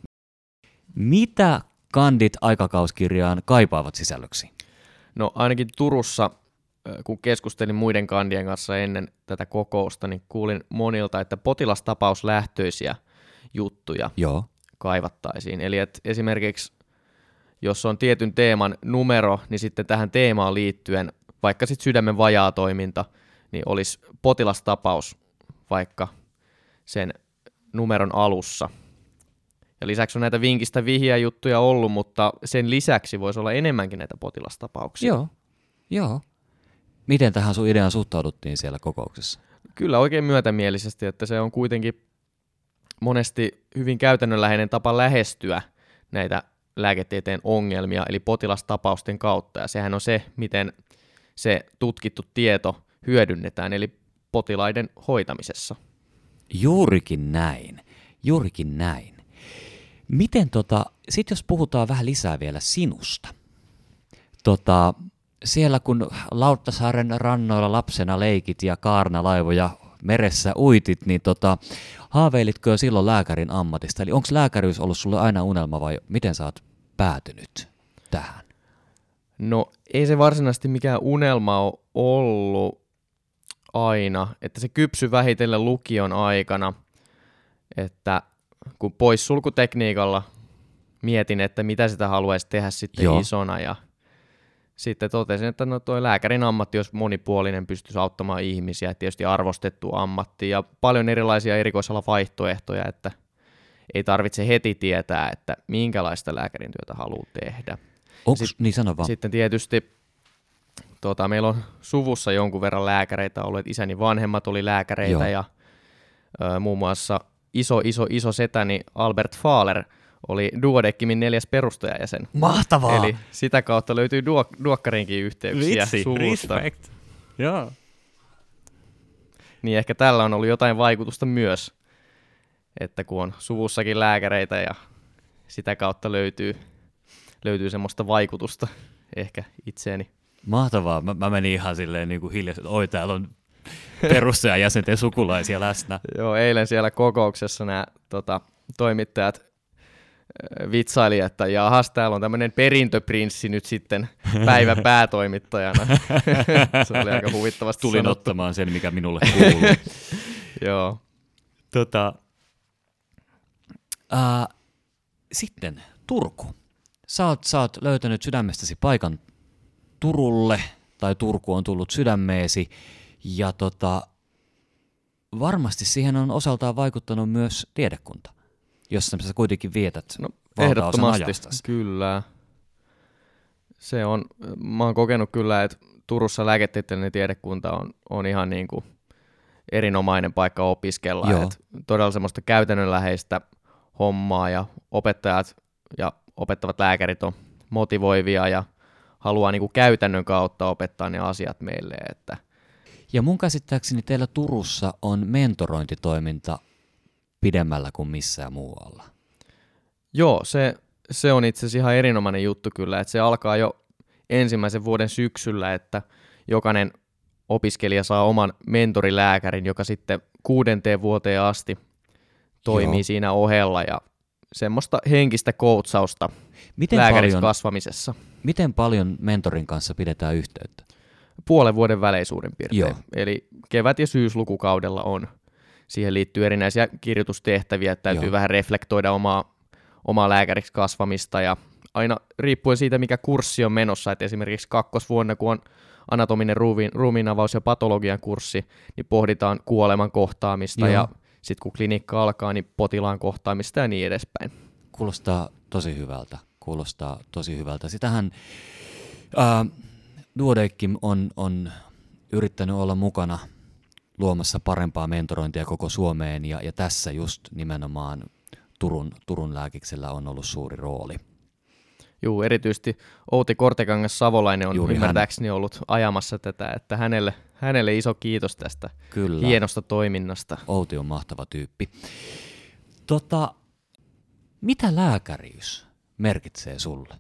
Mitä kandit aikakauskirjaan kaipaavat sisällöksi? No ainakin Turussa, kun keskustelin muiden kandien kanssa ennen tätä kokousta, niin kuulin monilta, että potilastapauslähtöisiä juttuja Joo. kaivattaisiin. Eli että esimerkiksi jos on tietyn teeman numero, niin sitten tähän teemaan liittyen, vaikka sitten sydämen vajaatoiminta, niin olisi potilastapaus vaikka sen numeron alussa. Ja lisäksi on näitä vinkistä vihjeä juttuja ollut, mutta sen lisäksi voisi olla enemmänkin näitä potilastapauksia. Joo. Joo. Miten tähän sun ideaan suhtauduttiin siellä kokouksessa? Kyllä oikein myötämielisesti, että se on kuitenkin monesti hyvin käytännönläheinen tapa lähestyä näitä lääketieteen ongelmia, eli potilastapausten kautta, ja sehän on se, miten se tutkittu tieto hyödynnetään, eli potilaiden hoitamisessa. Juurikin näin. Juurikin näin. Miten tota, sit jos puhutaan vähän lisää vielä sinusta. Tota, siellä kun Lauttasaaren rannoilla lapsena leikit ja kaarnalaivoja meressä uitit, niin tota, haaveilitko jo silloin lääkärin ammatista? Eli onko lääkäryys ollut sulle aina unelma vai miten sä oot päätynyt tähän? No ei se varsinaisesti mikään unelma ole ollut aina, että se kypsy vähitellen lukion aikana, että kun poissulkutekniikalla mietin, että mitä sitä haluaisi tehdä sitten Joo. isona ja sitten totesin, että no toi lääkärin ammatti olisi monipuolinen, pystyisi auttamaan ihmisiä, tietysti arvostettu ammatti ja paljon erilaisia erikoisala vaihtoehtoja, että ei tarvitse heti tietää, että minkälaista lääkärin työtä haluaa tehdä. Onko, Sit- niin sano vaan. Sitten tietysti tota, meillä on suvussa jonkun verran lääkäreitä ollut, että isäni vanhemmat oli lääkäreitä Joo. ja ö, muun muassa iso, iso, iso setäni Albert Fahler oli Duodeckimin neljäs perustajajäsen. Mahtavaa! Eli sitä kautta löytyy duok- duokkariinkin yhteyksiä suvusta. respect. Joo. Niin ehkä tällä on ollut jotain vaikutusta myös, että kun on suvussakin lääkäreitä ja sitä kautta löytyy, löytyy semmoista vaikutusta ehkä itseeni. Mahtavaa. Mä, mä menin ihan silleen niin kuin hiljaisesti, että oi täällä on perustajajäsenten sukulaisia läsnä. Joo, eilen siellä kokouksessa nämä tota, toimittajat äh, vitsaili, että jahas, täällä on tämmöinen perintöprinssi nyt sitten päivän päätoimittajana. Se oli aika huvittavasti Tulin sanottu. ottamaan sen, mikä minulle kuuluu. Joo. tota, ää, sitten Turku. Sä oot, sä oot löytänyt sydämestäsi paikan Turulle, tai Turku on tullut sydämeesi, ja tota, varmasti siihen on osaltaan vaikuttanut myös tiedekunta, jossa sä kuitenkin vietät No, valtaosan ehdottomasti, ajastasi. kyllä. Se on, mä oon kokenut kyllä, että Turussa lääketieteellinen tiedekunta on, on ihan niin kuin erinomainen paikka opiskella. Joo. Et todella semmoista käytännönläheistä hommaa ja opettajat ja opettavat lääkärit on motivoivia ja haluaa niin kuin käytännön kautta opettaa ne asiat meille. Että Ja mun käsittääkseni teillä Turussa on mentorointitoiminta pidemmällä kuin missään muualla. Joo, se, se on itse asiassa ihan erinomainen juttu kyllä, että se alkaa jo ensimmäisen vuoden syksyllä, että jokainen opiskelija saa oman mentorilääkärin, joka sitten kuudenteen vuoteen asti toimii Joo. siinä ohella ja semmoista henkistä koutsausta Miten lääkäriksi paljon, kasvamisessa. miten paljon mentorin kanssa pidetään yhteyttä? Puolen vuoden välein suurin piirtein. Joo. Eli kevät- ja syyslukukaudella on. Siihen liittyy erinäisiä kirjoitustehtäviä, että täytyy Joo. vähän reflektoida omaa, omaa lääkäriksi kasvamista ja aina riippuen siitä, mikä kurssi on menossa, että esimerkiksi kakkosvuonna, kun on anatominen ruumiin, ruumiinavaus ja patologian kurssi, niin pohditaan kuoleman kohtaamista Joo. ja sitten kun klinikka alkaa, niin potilaan kohtaamista ja niin edespäin. Kuulostaa tosi hyvältä. Kuulostaa tosi hyvältä. Sitähän ää, Duodeckim on, on yrittänyt olla mukana luomassa parempaa mentorointia koko Suomeen, ja, ja tässä just nimenomaan Turun, Turun lääkiksellä on ollut suuri rooli. Juu, erityisesti Outi Kortekangas-Savolainen on Juuri ymmärtääkseni hän. ollut ajamassa tätä, että hänelle, hänelle iso kiitos tästä Kyllä. hienosta toiminnasta. Outi on mahtava tyyppi. Tota, mitä lääkäriys merkitsee sulle?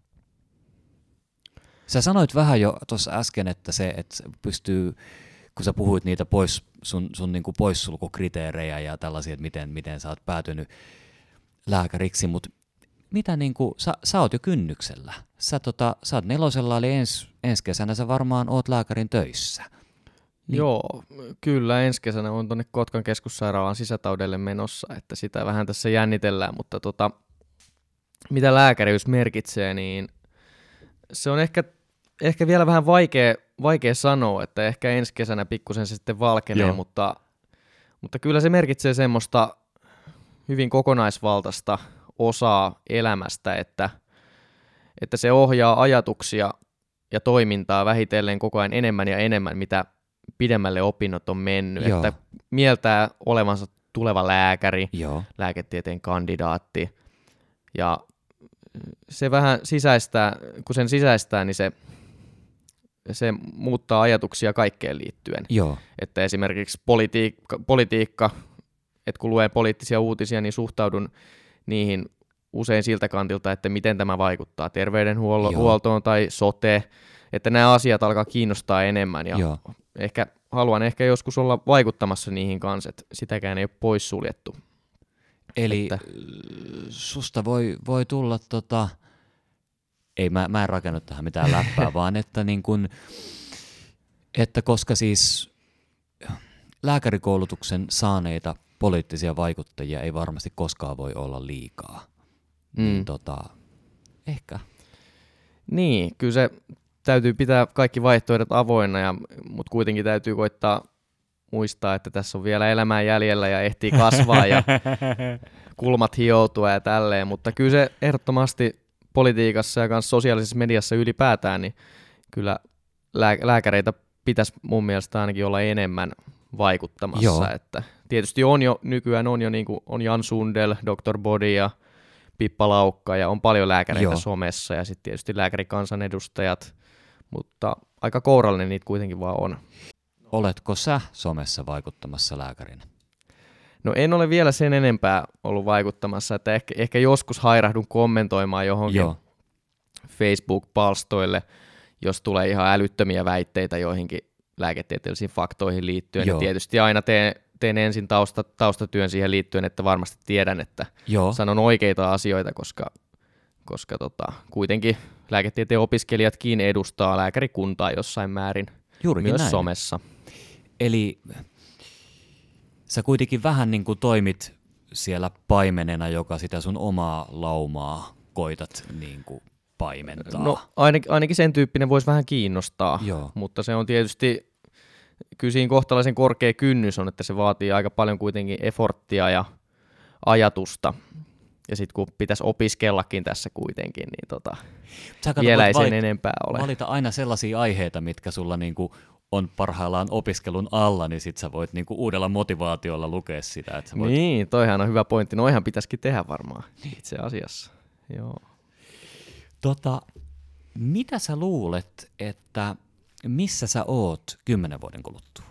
Sä sanoit vähän jo tuossa äsken, että se, että se pystyy, kun sä puhuit niitä pois, sun, sun niinku poissulkukriteerejä ja tällaisia, että miten, miten sä oot päätynyt lääkäriksi, mutta mitä niinku, sä, sä oot jo kynnyksellä. Sä, tota, sä oot nelosella, eli ens, ensi kesänä sä varmaan oot lääkärin töissä. Niin. Joo, kyllä ensi kesänä on tuonne Kotkan keskussairaalaan sisätaudelle menossa, että sitä vähän tässä jännitellään, mutta tota, mitä lääkäriys merkitsee, niin se on ehkä, ehkä vielä vähän vaikea, vaikea sanoa, että ehkä ensi kesänä pikkusen se sitten valkenee, mutta, mutta kyllä se merkitsee semmoista hyvin kokonaisvaltaista osaa elämästä, että, että se ohjaa ajatuksia ja toimintaa vähitellen koko ajan enemmän ja enemmän, mitä pidemmälle opinnot on mennyt, Joo. että mieltää olevansa tuleva lääkäri, Joo. lääketieteen kandidaatti, ja se vähän sisäistää, kun sen sisäistää, niin se, se muuttaa ajatuksia kaikkeen liittyen. Joo. Että esimerkiksi politiikka, politiikka, että kun luen poliittisia uutisia, niin suhtaudun niihin usein siltä kantilta, että miten tämä vaikuttaa terveydenhuoltoon tai sote, että nämä asiat alkaa kiinnostaa enemmän ja Joo. ehkä haluan ehkä joskus olla vaikuttamassa niihin kanssa, että sitäkään ei ole poissuljettu. Eli että susta voi, voi tulla, tota, ei mä, mä en rakennut tähän mitään läppää, vaan että, niin kun, että koska siis lääkärikoulutuksen saaneita poliittisia vaikuttajia ei varmasti koskaan voi olla liikaa, mm. niin tota, ehkä. Niin, kyllä se täytyy pitää kaikki vaihtoehdot avoinna, ja, mutta kuitenkin täytyy koittaa muistaa, että tässä on vielä elämää jäljellä ja ehtii kasvaa ja kulmat hioutua ja tälleen, mutta kyllä se ehdottomasti politiikassa ja myös sosiaalisessa mediassa ylipäätään, niin kyllä lää- lääkäreitä pitäisi mun mielestä ainakin olla enemmän vaikuttamassa. Joo. Että tietysti on jo, nykyään on jo niin kuin on Jan Sundell, doktor Body ja Pippa Laukka ja on paljon lääkäreitä Joo. somessa ja sitten tietysti lääkärikansanedustajat, mutta aika kourallinen niitä kuitenkin vaan on. Oletko sä somessa vaikuttamassa lääkärinä? No en ole vielä sen enempää ollut vaikuttamassa, että ehkä, ehkä joskus hairahdun kommentoimaan johonkin Joo. Facebook-palstoille, jos tulee ihan älyttömiä väitteitä joihinkin lääketieteellisiin faktoihin liittyen. Ja tietysti aina teen, teen ensin tausta, taustatyön siihen liittyen, että varmasti tiedän, että Joo. sanon oikeita asioita, koska, koska tota, kuitenkin lääketieteen opiskelijatkin edustaa lääkärikuntaa jossain määrin. Juurikin myös näin. Somessa. Eli sä kuitenkin vähän niin kuin toimit siellä paimenena, joka sitä sun omaa laumaa koitat niin kuin paimentaa. No ainakin, ainakin sen tyyppinen voisi vähän kiinnostaa, Joo. mutta se on tietysti, kyllä siinä kohtalaisen korkea kynnys on, että se vaatii aika paljon kuitenkin efforttia ja ajatusta. Ja sitten kun pitäisi opiskellakin tässä kuitenkin, niin tota, vielä ei sen valita, enempää ole. Valita aina sellaisia aiheita, mitkä sulla niinku on parhaillaan opiskelun alla, niin sit sä voit niinku uudella motivaatiolla lukea sitä. Että sä voit... Niin, toihan on hyvä pointti. Noihan pitäisikin tehdä varmaan itse asiassa. Joo. Tota, mitä sä luulet, että missä sä oot kymmenen vuoden kuluttua?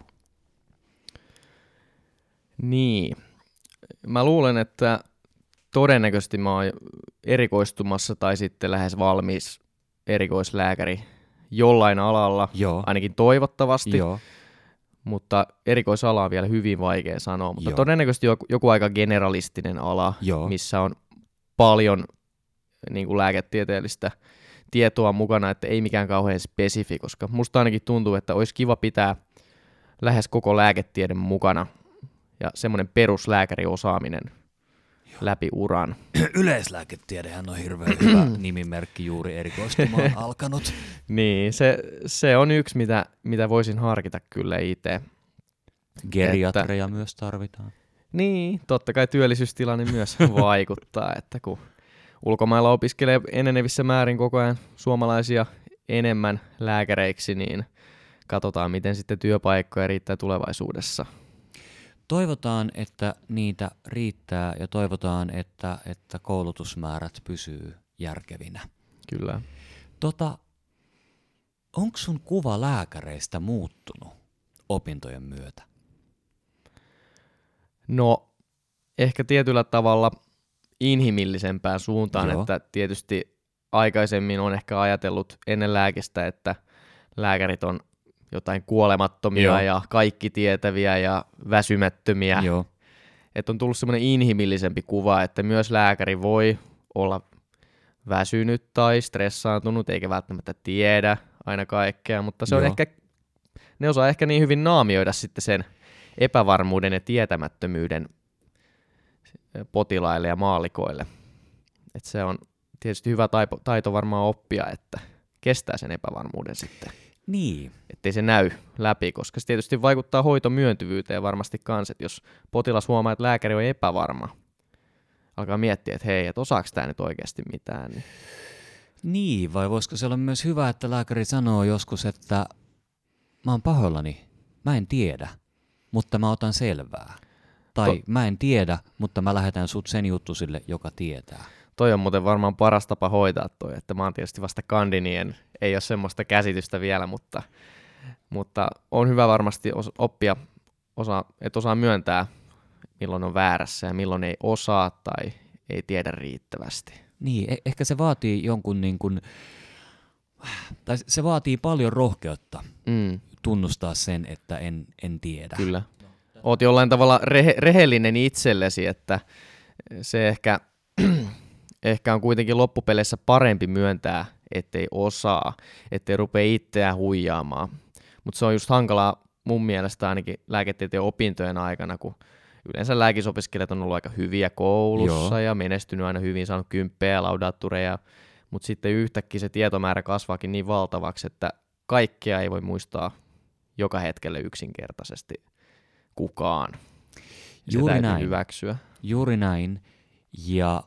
Niin, mä luulen, että todennäköisesti mä oon erikoistumassa tai sitten lähes valmis erikoislääkäri jollain alalla, Joo. ainakin toivottavasti, Joo. mutta erikoisala on vielä hyvin vaikea sanoa, mutta Joo. todennäköisesti joku, joku aika generalistinen ala, Joo. missä on paljon niin kuin lääketieteellistä tietoa mukana, että ei mikään kauhean spesifi, koska musta ainakin tuntuu, että olisi kiva pitää lähes koko lääketiede mukana ja semmoinen peruslääkäriosaaminen läpi uran. Yleislääketiedehän on hirveän hyvä nimimerkki juuri erikoistumaan alkanut. Niin, se, se on yksi, mitä, mitä voisin harkita kyllä itse. Geriatreja että, myös tarvitaan. Niin, totta kai työllisyystilanne myös vaikuttaa, että kun ulkomailla opiskelee enenevissä määrin koko ajan suomalaisia enemmän lääkäreiksi, niin katsotaan, miten sitten työpaikkoja riittää tulevaisuudessa. Toivotaan, että niitä riittää ja toivotaan, että, että koulutusmäärät pysyy järkevinä. Kyllä. Tota, onko sun kuva lääkäreistä muuttunut opintojen myötä? No, ehkä tietyllä tavalla inhimillisempään suuntaan, Joo. että tietysti aikaisemmin on ehkä ajatellut ennen lääkistä, että lääkärit on jotain kuolemattomia Joo. ja kaikki tietäviä ja väsymättömiä. Joo. Että on tullut semmoinen inhimillisempi kuva, että myös lääkäri voi olla väsynyt tai stressaantunut, eikä välttämättä tiedä aina kaikkea, mutta se on Joo. ehkä, ne osaa ehkä niin hyvin naamioida sitten sen epävarmuuden ja tietämättömyyden potilaille ja maallikoille. Et se on tietysti hyvä taipo, taito varmaan oppia, että kestää sen epävarmuuden sitten. Niin. Ettei se näy läpi, koska se tietysti vaikuttaa hoitomyöntyvyyteen varmasti kanssa, että jos potilas huomaa, että lääkäri on epävarma, alkaa miettiä, että hei, että osaako tämä nyt oikeasti mitään. Niin. Niin, vai voisiko se olla myös hyvä, että lääkäri sanoo joskus, että mä oon pahoillani, mä en tiedä, mutta mä otan selvää. Tai To- mä en tiedä, mutta mä lähetän sut sen juttusille, joka tietää. Toi on muuten varmaan paras tapa hoitaa toi, että mä oon tietysti vasta kandinien, ei ole semmoista käsitystä vielä, mutta, mutta on hyvä varmasti os- oppia, osa, että osaa myöntää, milloin on väärässä ja milloin ei osaa tai ei tiedä riittävästi. Niin, e- ehkä se vaatii jonkun niin kuin, tai se vaatii paljon rohkeutta Mm, tunnustaa sen, että en, en tiedä. kyllä. Oot jollain tavalla rehe- rehellinen itsellesi, että se ehkä, ehkä on kuitenkin loppupeleissä parempi myöntää, ettei osaa, ettei rupea itseään huijaamaan. Mutta se on just hankalaa mun mielestä ainakin lääketieteen opintojen aikana, kun yleensä lääkisopiskelijat on ollut aika hyviä koulussa Joo. ja menestynyt aina hyvin, saanut kymppejä ja laudaattureja, mutta sitten yhtäkkiä se tietomäärä kasvaakin niin valtavaksi, että kaikkea ei voi muistaa joka hetkelle yksinkertaisesti kukaan. Se Juuri täytyy näin. hyväksyä. Juuri näin. Ja,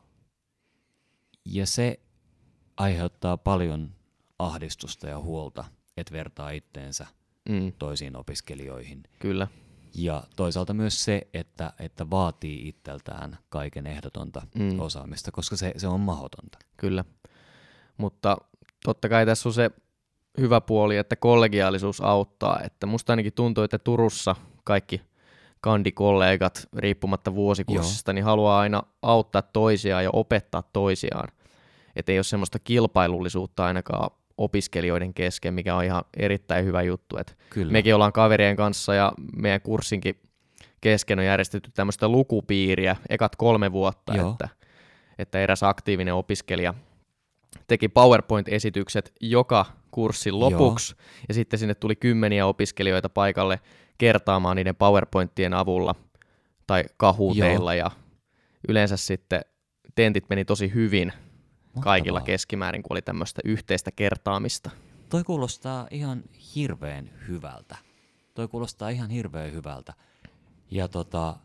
ja se aiheuttaa paljon ahdistusta ja huolta, että vertaa itteensä Mm, toisiin opiskelijoihin. kyllä. Ja toisaalta myös se, että, että vaatii itseltään kaiken ehdotonta Mm. osaamista, koska se, se on mahdotonta. Kyllä, mutta totta kai tässä on se hyvä puoli, että kollegiaalisuus auttaa, että musta ainakin tuntuu, että Turussa kaikki kandikollegat riippumatta vuosikurssista, Joo. niin haluaa aina auttaa toisiaan ja opettaa toisiaan, että ei ole semmoista kilpailullisuutta ainakaan opiskelijoiden kesken, mikä on ihan erittäin hyvä juttu, että Kyllä. mekin ollaan kaverien kanssa ja meidän kurssinkin kesken on järjestetty tämmöistä lukupiiriä ekat kolme vuotta, Joo. että, että eräs aktiivinen opiskelija teki PowerPoint-esitykset joka kurssin lopuksi, Joo. ja sitten sinne tuli kymmeniä opiskelijoita paikalle kertaamaan niiden PowerPointien avulla tai kahuteilla, Joo. ja yleensä sitten tentit meni tosi hyvin Mahtavaa. Kaikilla keskimäärin, kun oli tämmöistä yhteistä kertaamista. Toi kuulostaa ihan hirveän hyvältä. Toi kuulostaa ihan hirveän hyvältä. Ja tota,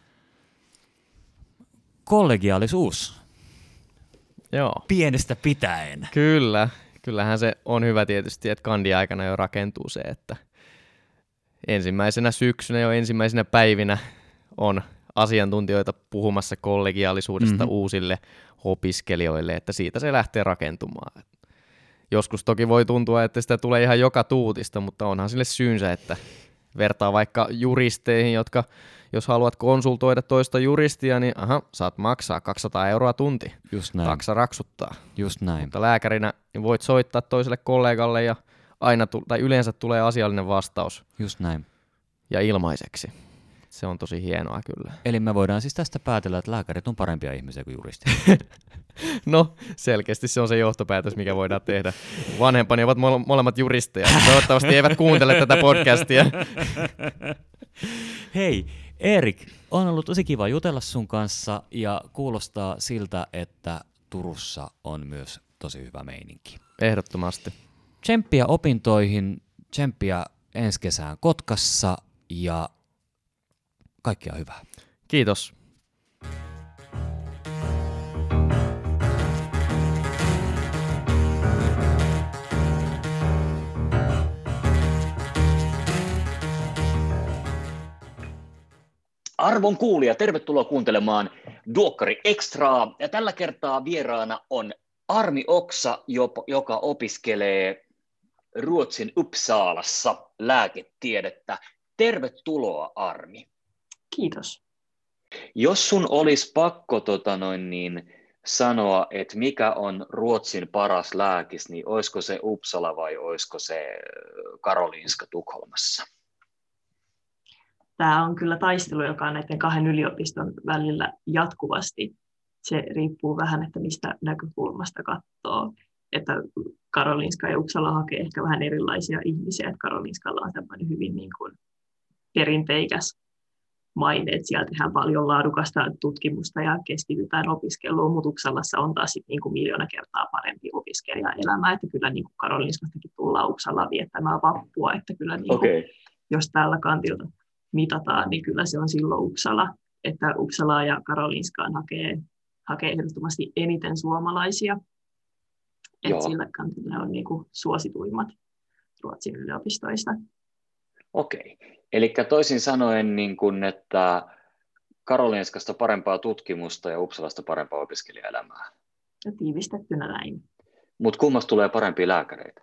kollegiaalisuus. Joo. Pienestä pitäen. Kyllä. Kyllähän se on hyvä tietysti, että kandi-aikana jo rakentuu se, että ensimmäisenä syksynä jo ensimmäisenä päivinä on asiantuntijoita puhumassa kollegiaalisuudesta mm-hmm. uusille opiskelijoille, että siitä se lähtee rakentumaan. Joskus toki voi tuntua, että sitä tulee ihan joka tuutista, mutta onhan sille syynsä, että vertaa vaikka juristeihin, jotka jos haluat konsultoida toista juristia, niin aha, saat maksaa kaksisataa euroa tunti. Just näin. Taksa raksuttaa. Just näin. Mutta lääkärinä niin voit soittaa toiselle kollegalle ja aina tu- tai yleensä tulee asiallinen vastaus. Just näin. Ja ilmaiseksi. Se on tosi hienoa kyllä. Eli me voidaan siis tästä päätellä, että lääkärit on parempia ihmisiä kuin juristit. No, selkeästi se on se johtopäätös, mikä voidaan tehdä. Vanhempani ovat mole- molemmat juristeja. Toivottavasti eivät kuuntele tätä podcastia. Hei, Erik, on ollut tosi kiva jutella sun kanssa ja kuulostaa siltä, että Turussa on myös tosi hyvä meininki. Ehdottomasti. Tsemppiä opintoihin, tsemppiä ensi kesään Kotkassa ja kaikkea hyvää. Kiitos. Arvon kuulija, tervetuloa kuuntelemaan Duokkari Extraa. Ja tällä kertaa vieraana on Armi Oksa, joka opiskelee Ruotsin Uppsalassa lääketiedettä. Tervetuloa, Armi. Kiitos. Jos sun olisi pakko tota noin, niin, sanoa, että mikä on Ruotsin paras lääkis, niin olisiko se Uppsala vai olisiko se Karolinska Tukholmassa? Tämä on kyllä taistelu, joka on näiden kahden yliopiston välillä jatkuvasti. Se riippuu vähän, että mistä näkökulmasta katsoo. Että Karolinska ja Uppsala hakee ehkä vähän erilaisia ihmisiä. Että Karolinskalla on tämmöinen hyvin niin kuin perinteikäs maine, että siellä tehdään paljon laadukasta tutkimusta ja keskitytään opiskeluun, mutta Uppsalassa on taas niin kuin miljoona kertaa parempi opiskelijaelämä. Että kyllä niin kuin Karolinskastakin tullaan Uppsalaan viettämään vappua. Että kyllä niin kuin, okay. Jos tällä kantilta mitataan, niin kyllä se on silloin Uppsala, että Uppsalaa ja Karolinskaan hakee, hakee ehdottomasti eniten suomalaisia. Että sillä kantilla on niinku suosituimmat Ruotsin yliopistoista. Okei, eli toisin sanoen, niin kun, että Karolinskasta parempaa tutkimusta ja Uppsalasta parempaa opiskelijaelämää. Ja tiivistettynä näin. Mutta kummasta tulee parempia lääkäreitä?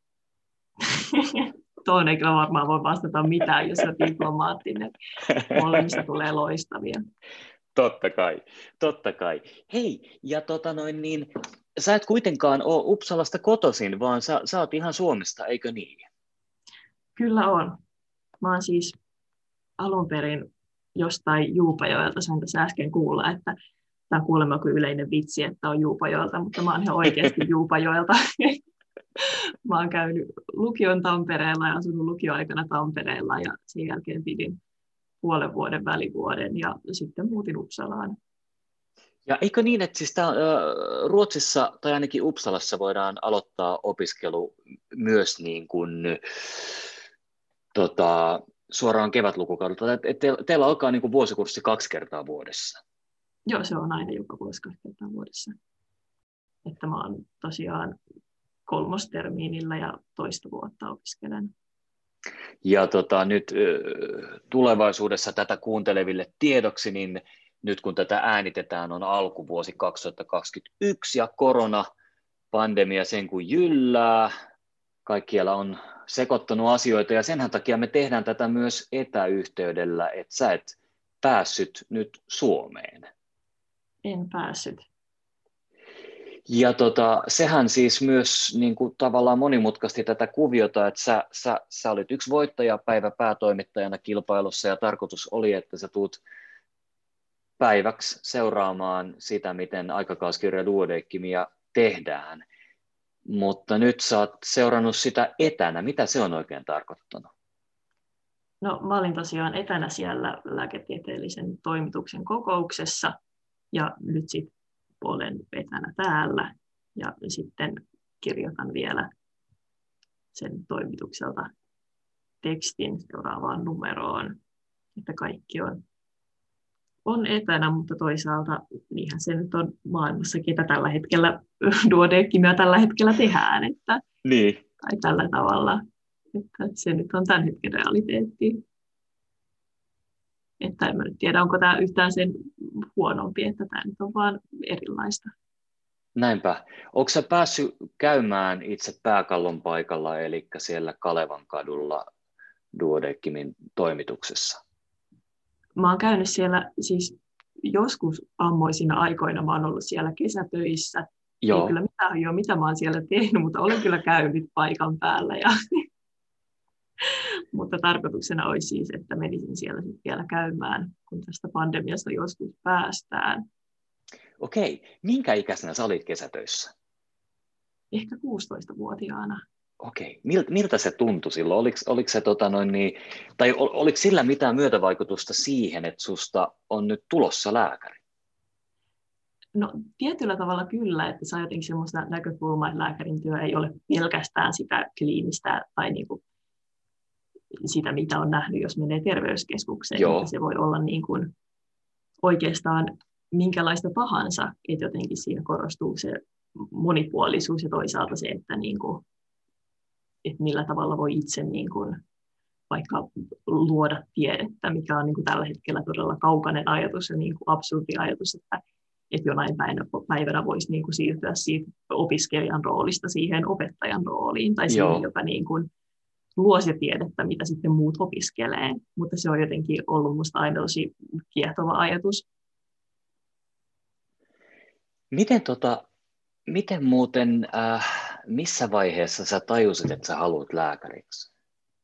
Tuohon ei kyllä varmaan voi vastata mitään, jos on diplomaattinen. Molemmista tulee loistavia. Totta kai, totta kai. Hei, ja tota noin niin, sä et kuitenkaan ole Uppsalasta kotoisin, vaan sä, sä oot ihan Suomesta, eikö niin? Kyllä on. Mä oon siis alun perin jostain Juupajoelta, sain tässä äsken kuulla, että tämä on kuulemma kuin yleinen vitsi, että on Juupajoelta, mutta mä oon ihan oikeasti Juupajoelta. Mä oon käynyt lukion Tampereella ja asunut lukioaikana Tampereella ja sen jälkeen pidin puolen vuoden välivuoden ja sitten muutin Uppsalaan. Ja eikö niin, että siis tää, Ruotsissa tai ainakin Uppsalassa voidaan aloittaa opiskelu myös niin kuin, tota, suoraan kevätlukukaudelta, että te, teillä alkaa niin kuin vuosikurssi kaksi kertaa vuodessa? Joo, se on aina joka vuosi kaksi kertaa vuodessa. Että mä oon tosiaan kolmostermiinillä ja toista vuotta opiskelen. Ja tota, nyt tulevaisuudessa tätä kuunteleville tiedoksi, niin nyt kun tätä äänitetään on alkuvuosi kaksituhattakaksikymmentäyksi ja koronapandemia sen kun jyllää, kaikkialla on sekoittanut asioita ja senhän takia me tehdään tätä myös etäyhteydellä, että sä et päässyt nyt Suomeen. En päässyt. Ja tota, sehän siis myös niin kuin, tavallaan monimutkasti tätä kuviota, että sä, sä, sä olit yksi voittajapäivä päätoimittajana kilpailussa ja tarkoitus oli, että sä tuut päiväksi seuraamaan sitä, miten aikakauskirja duodekimia tehdään. Mutta nyt sä oot seurannut sitä etänä. Mitä se on oikein tarkoittanut? No mä olin tosiaan etänä siellä lääketieteellisen toimituksen kokouksessa ja nyt sitten olen etänä täällä ja sitten kirjoitan vielä sen toimitukselta tekstin seuraavaan numeroon, että kaikki on, on etänä, mutta toisaalta niinhän se nyt on maailmassakin, että tällä hetkellä duodekimia tällä hetkellä tehdään, että, niin. Tai tällä tavalla, että se nyt on tämän hetken realiteetti. Että en mä nyt tiedä, onko tämä yhtään sen huonompi, että tämä nyt on vaan erilaista. Näinpä. Onko sä päässyt käymään itse pääkallon paikalla, eli siellä Kalevan kadulla duodekimin toimituksessa? Mä oon käynyt siellä siis joskus ammoisina aikoina, mä oon ollut siellä kesätöissä. Joo. Ei kyllä mitään jo, mitä mä oon siellä tehnyt, mutta olen kyllä käynyt paikan päällä. Ja mutta tarkoituksena olisi siis, että menisin siellä sitten vielä käymään, kun tästä pandemiasta joskus päästään. Okei. Minkä ikäisenä sä olit kesätöissä? Ehkä kuusitoistavuotiaana. Okei. Mil, miltä se tuntui silloin? Oliko, oliko, se, tota noin, niin, tai ol, oliko sillä mitään myötävaikutusta siihen, että susta on nyt tulossa lääkäri? No tietyllä tavalla kyllä, että saa jotenkin sellaista näkökulmaa, että lääkärin työ ei ole pelkästään sitä kliinistä tai niinku sitä, mitä on nähnyt, jos menee terveyskeskukseen. Että se voi olla niin kuin oikeastaan minkälaista tahansa, että jotenkin siinä korostuu se monipuolisuus ja toisaalta se, että, niin kuin, että millä tavalla voi itse niin kuin, vaikka luoda tiedettä, mikä on niin kuin tällä hetkellä todella kaukainen ajatus ja niin kuin absurdi ajatus, että, että jonain päivänä, päivänä voisi niin kuin siirtyä siitä opiskelijan roolista siihen opettajan rooliin tai siihen, Joo. joka niin kuin luo se tiedettä, mitä sitten muut opiskelee, mutta se on jotenkin ollut musta aina tosi kiehtova ajatus. Miten, tota, miten muuten, äh, missä vaiheessa sä tajusit, että sä haluat lääkäriksi?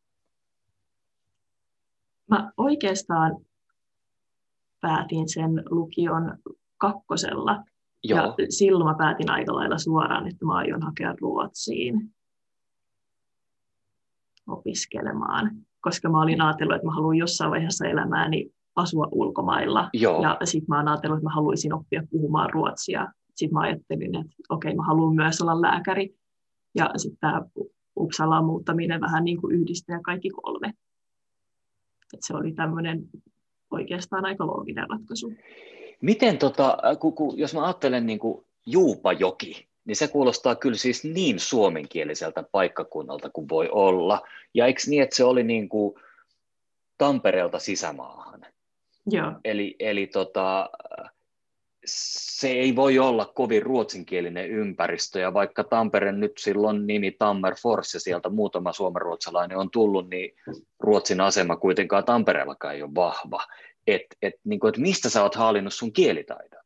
Mä oikeastaan päätin sen lukion kakkosella. Joo. Ja silloin mä päätin aika lailla suoraan, että mä aion hakea Ruotsiin opiskelemaan, koska mä olin ajatellut, että mä haluan jossain vaiheessa elämääni asua ulkomailla. Joo. Ja sitten mä oon ajatellut, että mä haluaisin oppia puhumaan ruotsia. Sitten mä ajattelin, että okei, mä haluan myös olla lääkäri. Ja sitten tämä Uppsalaan muuttaminen vähän niin kuin yhdistää kaikki kolme. Et se oli tämmöinen oikeastaan aika looginen ratkaisu. Miten, tota, ku, ku, jos mä ajattelen niin kuin Juupajoki, niin se kuulostaa kyllä siis niin suomenkieliseltä paikkakunnalta kuin voi olla. Ja eikö niin, että se oli niin kuin Tampereelta sisämaahan? Joo. Eli, eli tota, se ei voi olla kovin ruotsinkielinen ympäristö, ja vaikka Tampere nyt silloin nimi Tammerfors ja sieltä muutama suomenruotsalainen on tullut, niin Ruotsin asema kuitenkaan Tampereellakaan ei ole vahva. Et, et, niin kuin, et mistä sä oot haalinnut sun kielitaidon?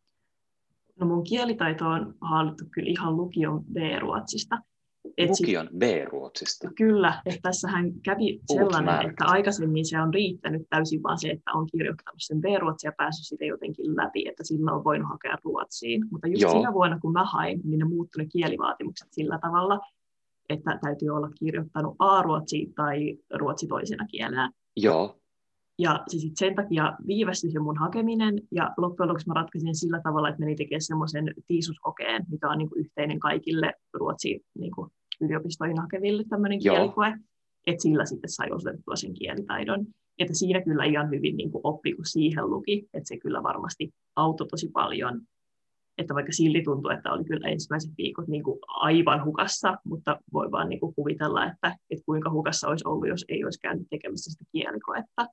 No mun kielitaito on haalittu kyllä ihan lukion B-ruotsista. Et lukion sit, B-ruotsista? Kyllä, että tässähän kävi sellainen, että aikaisemmin se on riittänyt täysin vaan se, että on kirjoittanut sen B-ruotsia ja päässyt sitä jotenkin läpi, että sillä on voinut hakea Ruotsiin. Mutta just Joo. siinä vuonna, kun mä hain, niin ne muuttui ne kielivaatimukset sillä tavalla, että täytyy olla kirjoittanut A-ruotsi tai ruotsi toisena kielenä. Joo. Ja se sit sen takia viivästyi se mun hakeminen, ja loppujen lopuksi mä ratkaisin sillä tavalla, että menin tekemään semmoisen tiisuskokeen, mikä on niinku yhteinen kaikille Ruotsin niinku yliopistoihin hakeville tämmöinen kielikoe, että sillä sitten sai osoitettua sen kielitaidon. Että siinä kyllä ihan hyvin niinku oppi, kun siihen luki, että se kyllä varmasti auttoi tosi paljon. Että vaikka silti tuntui, että oli kyllä ensimmäiset viikot niinku aivan hukassa, mutta voi vaan niinku kuvitella, että, että kuinka hukassa olisi ollut, jos ei olisi käynyt tekemässä sitä kielikoetta.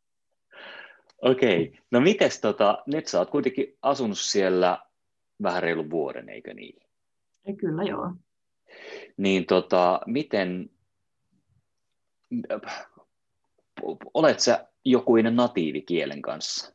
Okei, no mites tota, nyt sä oot kuitenkin asunut siellä vähän reilun vuoden, eikö niin? Kyllä joo. Niin tota, miten, olet sä jokuinen natiivi kielen kanssa?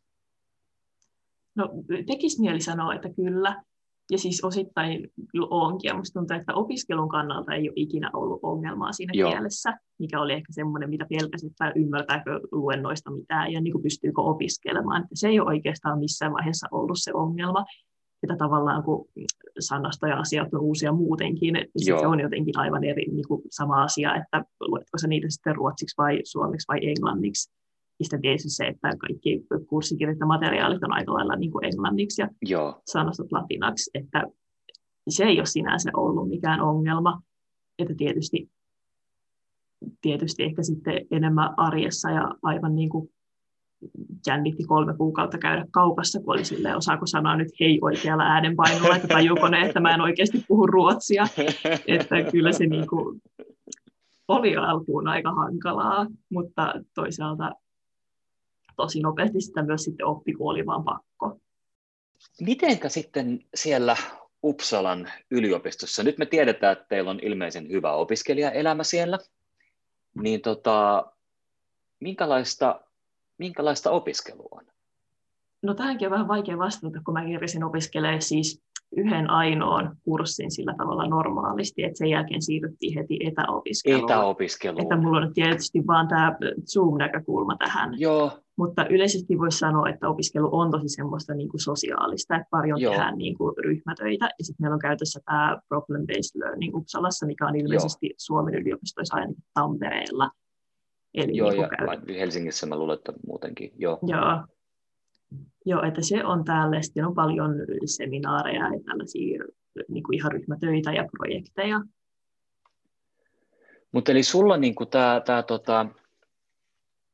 No tekisi mieli sanoa, että kyllä. Ja siis osittain kyllä onkin. Ja musta tuntuu, että opiskelun kannalta ei ole ikinä ollut ongelmaa siinä Joo. kielessä, mikä oli ehkä semmoinen, mitä pelkäsin, että ymmärtääkö luennoista mitään ja niin kuin pystyykö opiskelemaan. Että se ei ole oikeastaan missään vaiheessa ollut se ongelma. Että tavallaan kun sanasta ja asiat on uusia muutenkin, niin se on jotenkin aivan eri niin kuin sama asia, että luetko sä niitä sitten ruotsiksi vai suomeksi vai englanniksi. Ja sitten tietysti se, että kaikki kurssikirjat ja materiaalit on aika lailla niin kuin englanniksi ja Joo. sanastot latinaksi, että se ei ole sinänsä ollut mikään ongelma. Että tietysti, tietysti ehkä sitten enemmän arjessa ja aivan niin kuin jännitti kolme kuukautta käydä kaupassa, kun oli silleen, osaako sanoa nyt hei oikealla äänenpainolla, että tajuuko ne, että mä en oikeasti puhu ruotsia. Että kyllä se niin kuin oli alkuun aika hankalaa, mutta toisaalta tosi nopeasti sitä myös sitten oppi, kun oli vaan pakko. Mitenkä sitten siellä Uppsalan yliopistossa, nyt me tiedetään, että teillä on ilmeisen hyvä opiskelijaelämä siellä, niin tota, minkälaista, minkälaista opiskelua on? No tähänkin on vähän vaikea vastata, kun mä kirjasin opiskelemaan siis yhden ainoan kurssin sillä tavalla normaalisti, että sen jälkeen siirryttiin heti etäopiskeluun. Etäopiskeluun. Että mulla on tietysti vaan tämä Zoom-näkökulma tähän. Joo. Mutta yleisesti voisi sanoa, että opiskelu on tosi semmoista niin kuin sosiaalista, että paljon Joo. tehdään niin kuin ryhmätöitä. Ja sitten meillä on käytössä tämä problem-based learning Uppsalassa, mikä on ilmeisesti Joo. Suomen yliopistoissa ainakin Tampereella. Eli Joo, niin ja käy... Helsingissä mä luulen, että muutenkin. Joo. Joo. Joo, että se on täällä. Sitten on paljon seminaareja ja tällaisia niin kuin ihan ryhmätöitä ja projekteja. Mutta eli sulla niin kuin tämä, tämä, tota,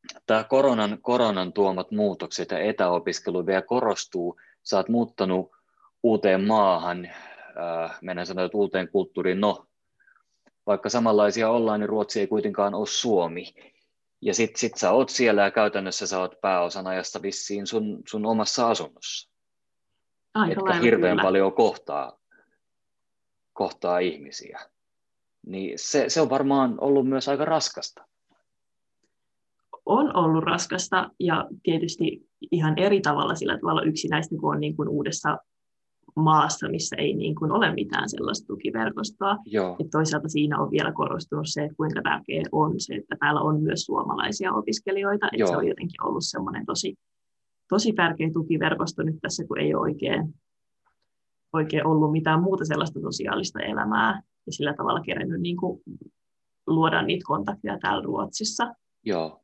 tämä koronan, koronan tuomat muutokset ja etäopiskelu vielä korostuu. Sä oot muuttanut uuteen maahan, äh, mennään sanoa, että uuteen kulttuuriin. No, vaikka samanlaisia ollaan, niin Ruotsi ei kuitenkaan ole Suomi. Ja sit, sit sä oot siellä ja käytännössä sä oot pääosan ajasta vissiin sun, sun omassa asunnossa. Aika Etkä hirveän kyllä. paljon kohtaa, kohtaa ihmisiä. Niin se, se on varmaan ollut myös aika raskasta. On ollut raskasta ja tietysti ihan eri tavalla sillä tavalla yksinäistä, kun on niin kuin uudessa maassa, missä ei niin kuin ole mitään sellaista tukiverkostoa. Ja toisaalta siinä on vielä korostunut se, että kuinka tärkeää on se, että täällä on myös suomalaisia opiskelijoita. Että se on jotenkin ollut semmoinen tosi, tosi tärkeä tukiverkosto nyt tässä, kun ei ole oikein, oikein ollut mitään muuta sellaista sosiaalista elämää ja sillä tavalla kerennyt niin kuin luoda niitä kontakteja täällä Ruotsissa. Joo.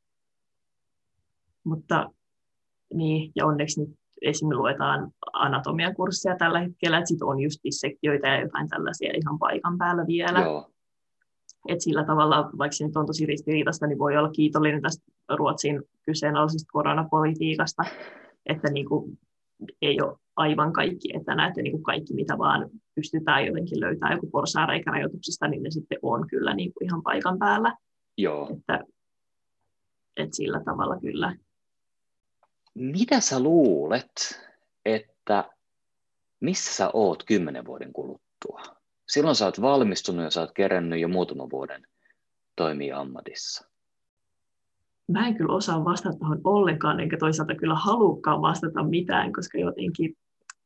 Mutta niin, ja onneksi nyt esimerkiksi luetaan anatomiakursseja tällä hetkellä, että sitten on just dissektioita ja jotain tällaisia ihan paikan päällä vielä. Joo. Et sillä tavalla, vaikka se nyt on tosi ristiriitaista, niin voi olla kiitollinen tästä Ruotsin kyseenalaisesta koronapolitiikasta, että niin kuin ei ole aivan kaikki etänä, että niin kuin kaikki mitä vaan pystytään jotenkin löytämään joku porsaanreikä rajoituksista, niin ne sitten on kyllä niin kuin ihan paikan päällä. Joo. Että, että sillä tavalla kyllä. Mitä sä luulet, että missä sä oot kymmenen vuoden kuluttua? Silloin sä oot valmistunut ja sä oot kerännyt jo muutaman vuoden toimia ammatissa. Mä en kyllä osaa vastata tuohon ollenkaan, enkä toisaalta kyllä halukkaan vastata mitään, koska jotenkin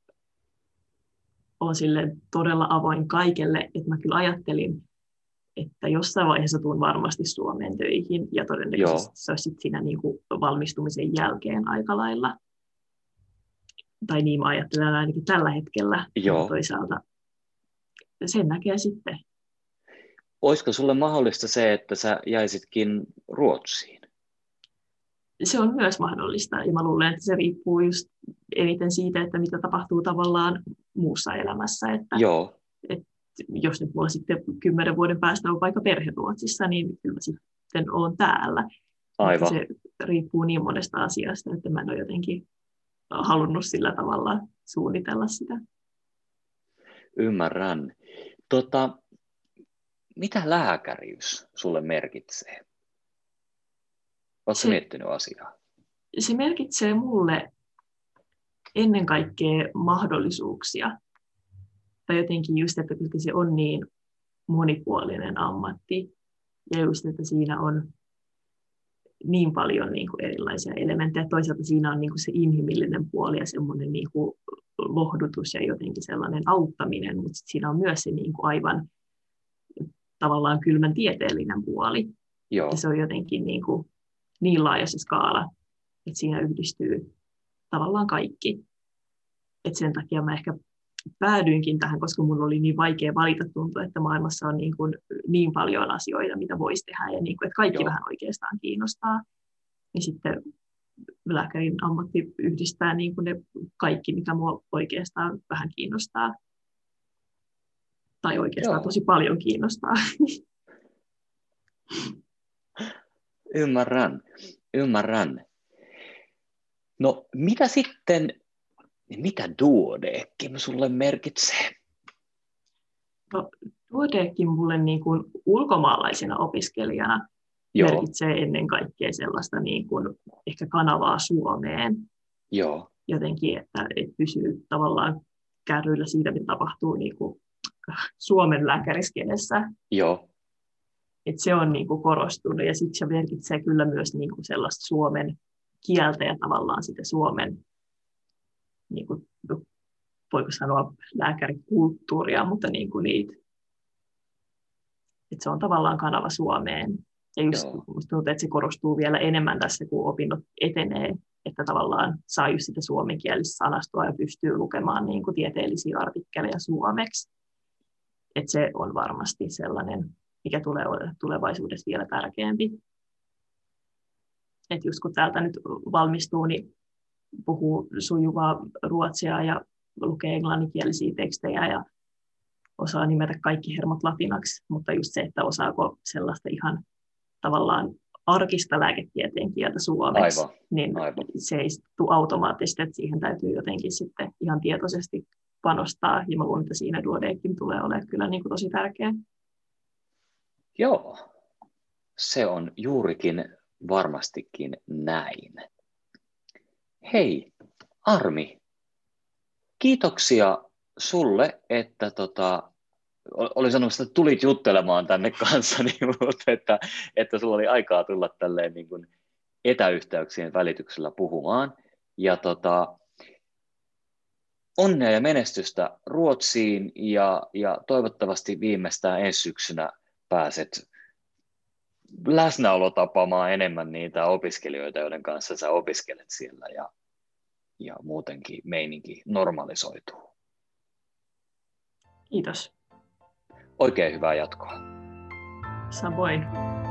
on sille todella avoin kaikelle, että mä kyllä ajattelin, että jossain vaiheessa tuun varmasti Suomeen töihin, ja todennäköisesti Joo. se olisi sitten siinä niin kuin valmistumisen jälkeen aika lailla. Tai niin mä ajattelen ainakin tällä hetkellä. Joo. Toisaalta sen näkee sitten. Olisiko sulle mahdollista se, että sä jäisitkin Ruotsiin? Se on myös mahdollista, ja mä luulen, että se riippuu just eniten siitä, että mitä tapahtuu tavallaan muussa elämässä. Että, Joo. että jos nyt mulla sitten kymmenen vuoden päästä on vaikka perhe Ruotsissa, niin kyllä sitten olen täällä. Aivan. Se riippuu niin monesta asiasta, että mä en ole jotenkin halunnut sillä tavalla suunnitella sitä. Ymmärrän. Tota, mitä lääkäriys sulle merkitsee? Oletko se, miettinyt asiaa? Se merkitsee mulle ennen kaikkea mahdollisuuksia. Tai jotenkin just, että koska se on niin monipuolinen ammatti, ja just, että siinä on niin paljon niin kuin erilaisia elementtejä. Toisaalta siinä on niin kuin se inhimillinen puoli ja semmoinen niin kuin lohdutus ja jotenkin sellainen auttaminen, mutta siinä on myös se niin kuin aivan tavallaan kylmän tieteellinen puoli. Joo. Ja se on jotenkin niin, kuin niin laaja se skaala, että siinä yhdistyy tavallaan kaikki. Et sen takia mä ehkä päädyinkin tähän, koska mun oli niin vaikea valita, tuntua, että maailmassa on niin, kuin niin paljon asioita, mitä voisi tehdä, ja niin kuin, että kaikki Joo. vähän oikeastaan kiinnostaa. Ja sitten lääkärin ammatti yhdistää niin kuin ne kaikki, mikä mua oikeastaan vähän kiinnostaa. Tai oikeastaan Joo. tosi paljon kiinnostaa. Ymmärrän, ymmärrän. No mitä sitten, mitä duodeckim sulle merkitsee? No, duodeckim mulle niin kuin ulkomaalaisena opiskelijana Joo. merkitsee ennen kaikkea sellaista niin kuin ehkä kanavaa Suomeen. Joo. Jotenkin, että, että pysyy tavallaan kärryillä siitä, mitä tapahtuu niin kuin Suomen lääkäriskenessä. Joo. Että se on niin kuin korostunut, ja sitten se merkitsee kyllä myös niin kuin sellaista Suomen kieltä ja tavallaan sitä Suomen, niin kuin, voiko sanoa lääkärikulttuuria, mutta niin kuin niitä, että se on tavallaan kanava Suomeen. Ja just musta tuntuu, että se korostuu vielä enemmän tässä, kun opinnot etenee, että tavallaan saa just sitä suomenkielistä sanastoa ja pystyy lukemaan niin kuin tieteellisiä artikkeleja suomeksi. Että se on varmasti sellainen, mikä tulee tulevaisuudessa vielä tärkeämpi. Että just kun täältä nyt valmistuu, niin puhuu sujuvaa ruotsia ja lukee englanninkielisiä tekstejä ja osaa nimetä kaikki hermot latinaksi, mutta just se, että osaako sellaista ihan tavallaan arkista lääketieteen kieltä suomeksi, Aivan. niin Aivan. se ei tule automaattisesti, että siihen täytyy jotenkin sitten ihan tietoisesti panostaa, ja mä luulen, että siinä Duodeckim tulee olemaan kyllä niin kuin tosi tärkeä. Joo, se on juurikin varmastikin näin. Hei, Armi, kiitoksia sulle, että tota, olin sanomassa, että tulit juttelemaan tänne kanssani, mutta että, että sulla oli aikaa tulla tälleen niin kuin etäyhteyksien välityksellä puhumaan. Ja tota, onnea ja menestystä Ruotsiin ja, ja toivottavasti viimeistään ensi syksynä pääset läsnäolo tapaamaan enemmän niitä opiskelijoita, joiden kanssa sä opiskelet siellä ja, ja muutenkin meininki normalisoituu. Kiitos. Oikein hyvää jatkoa. Samoin.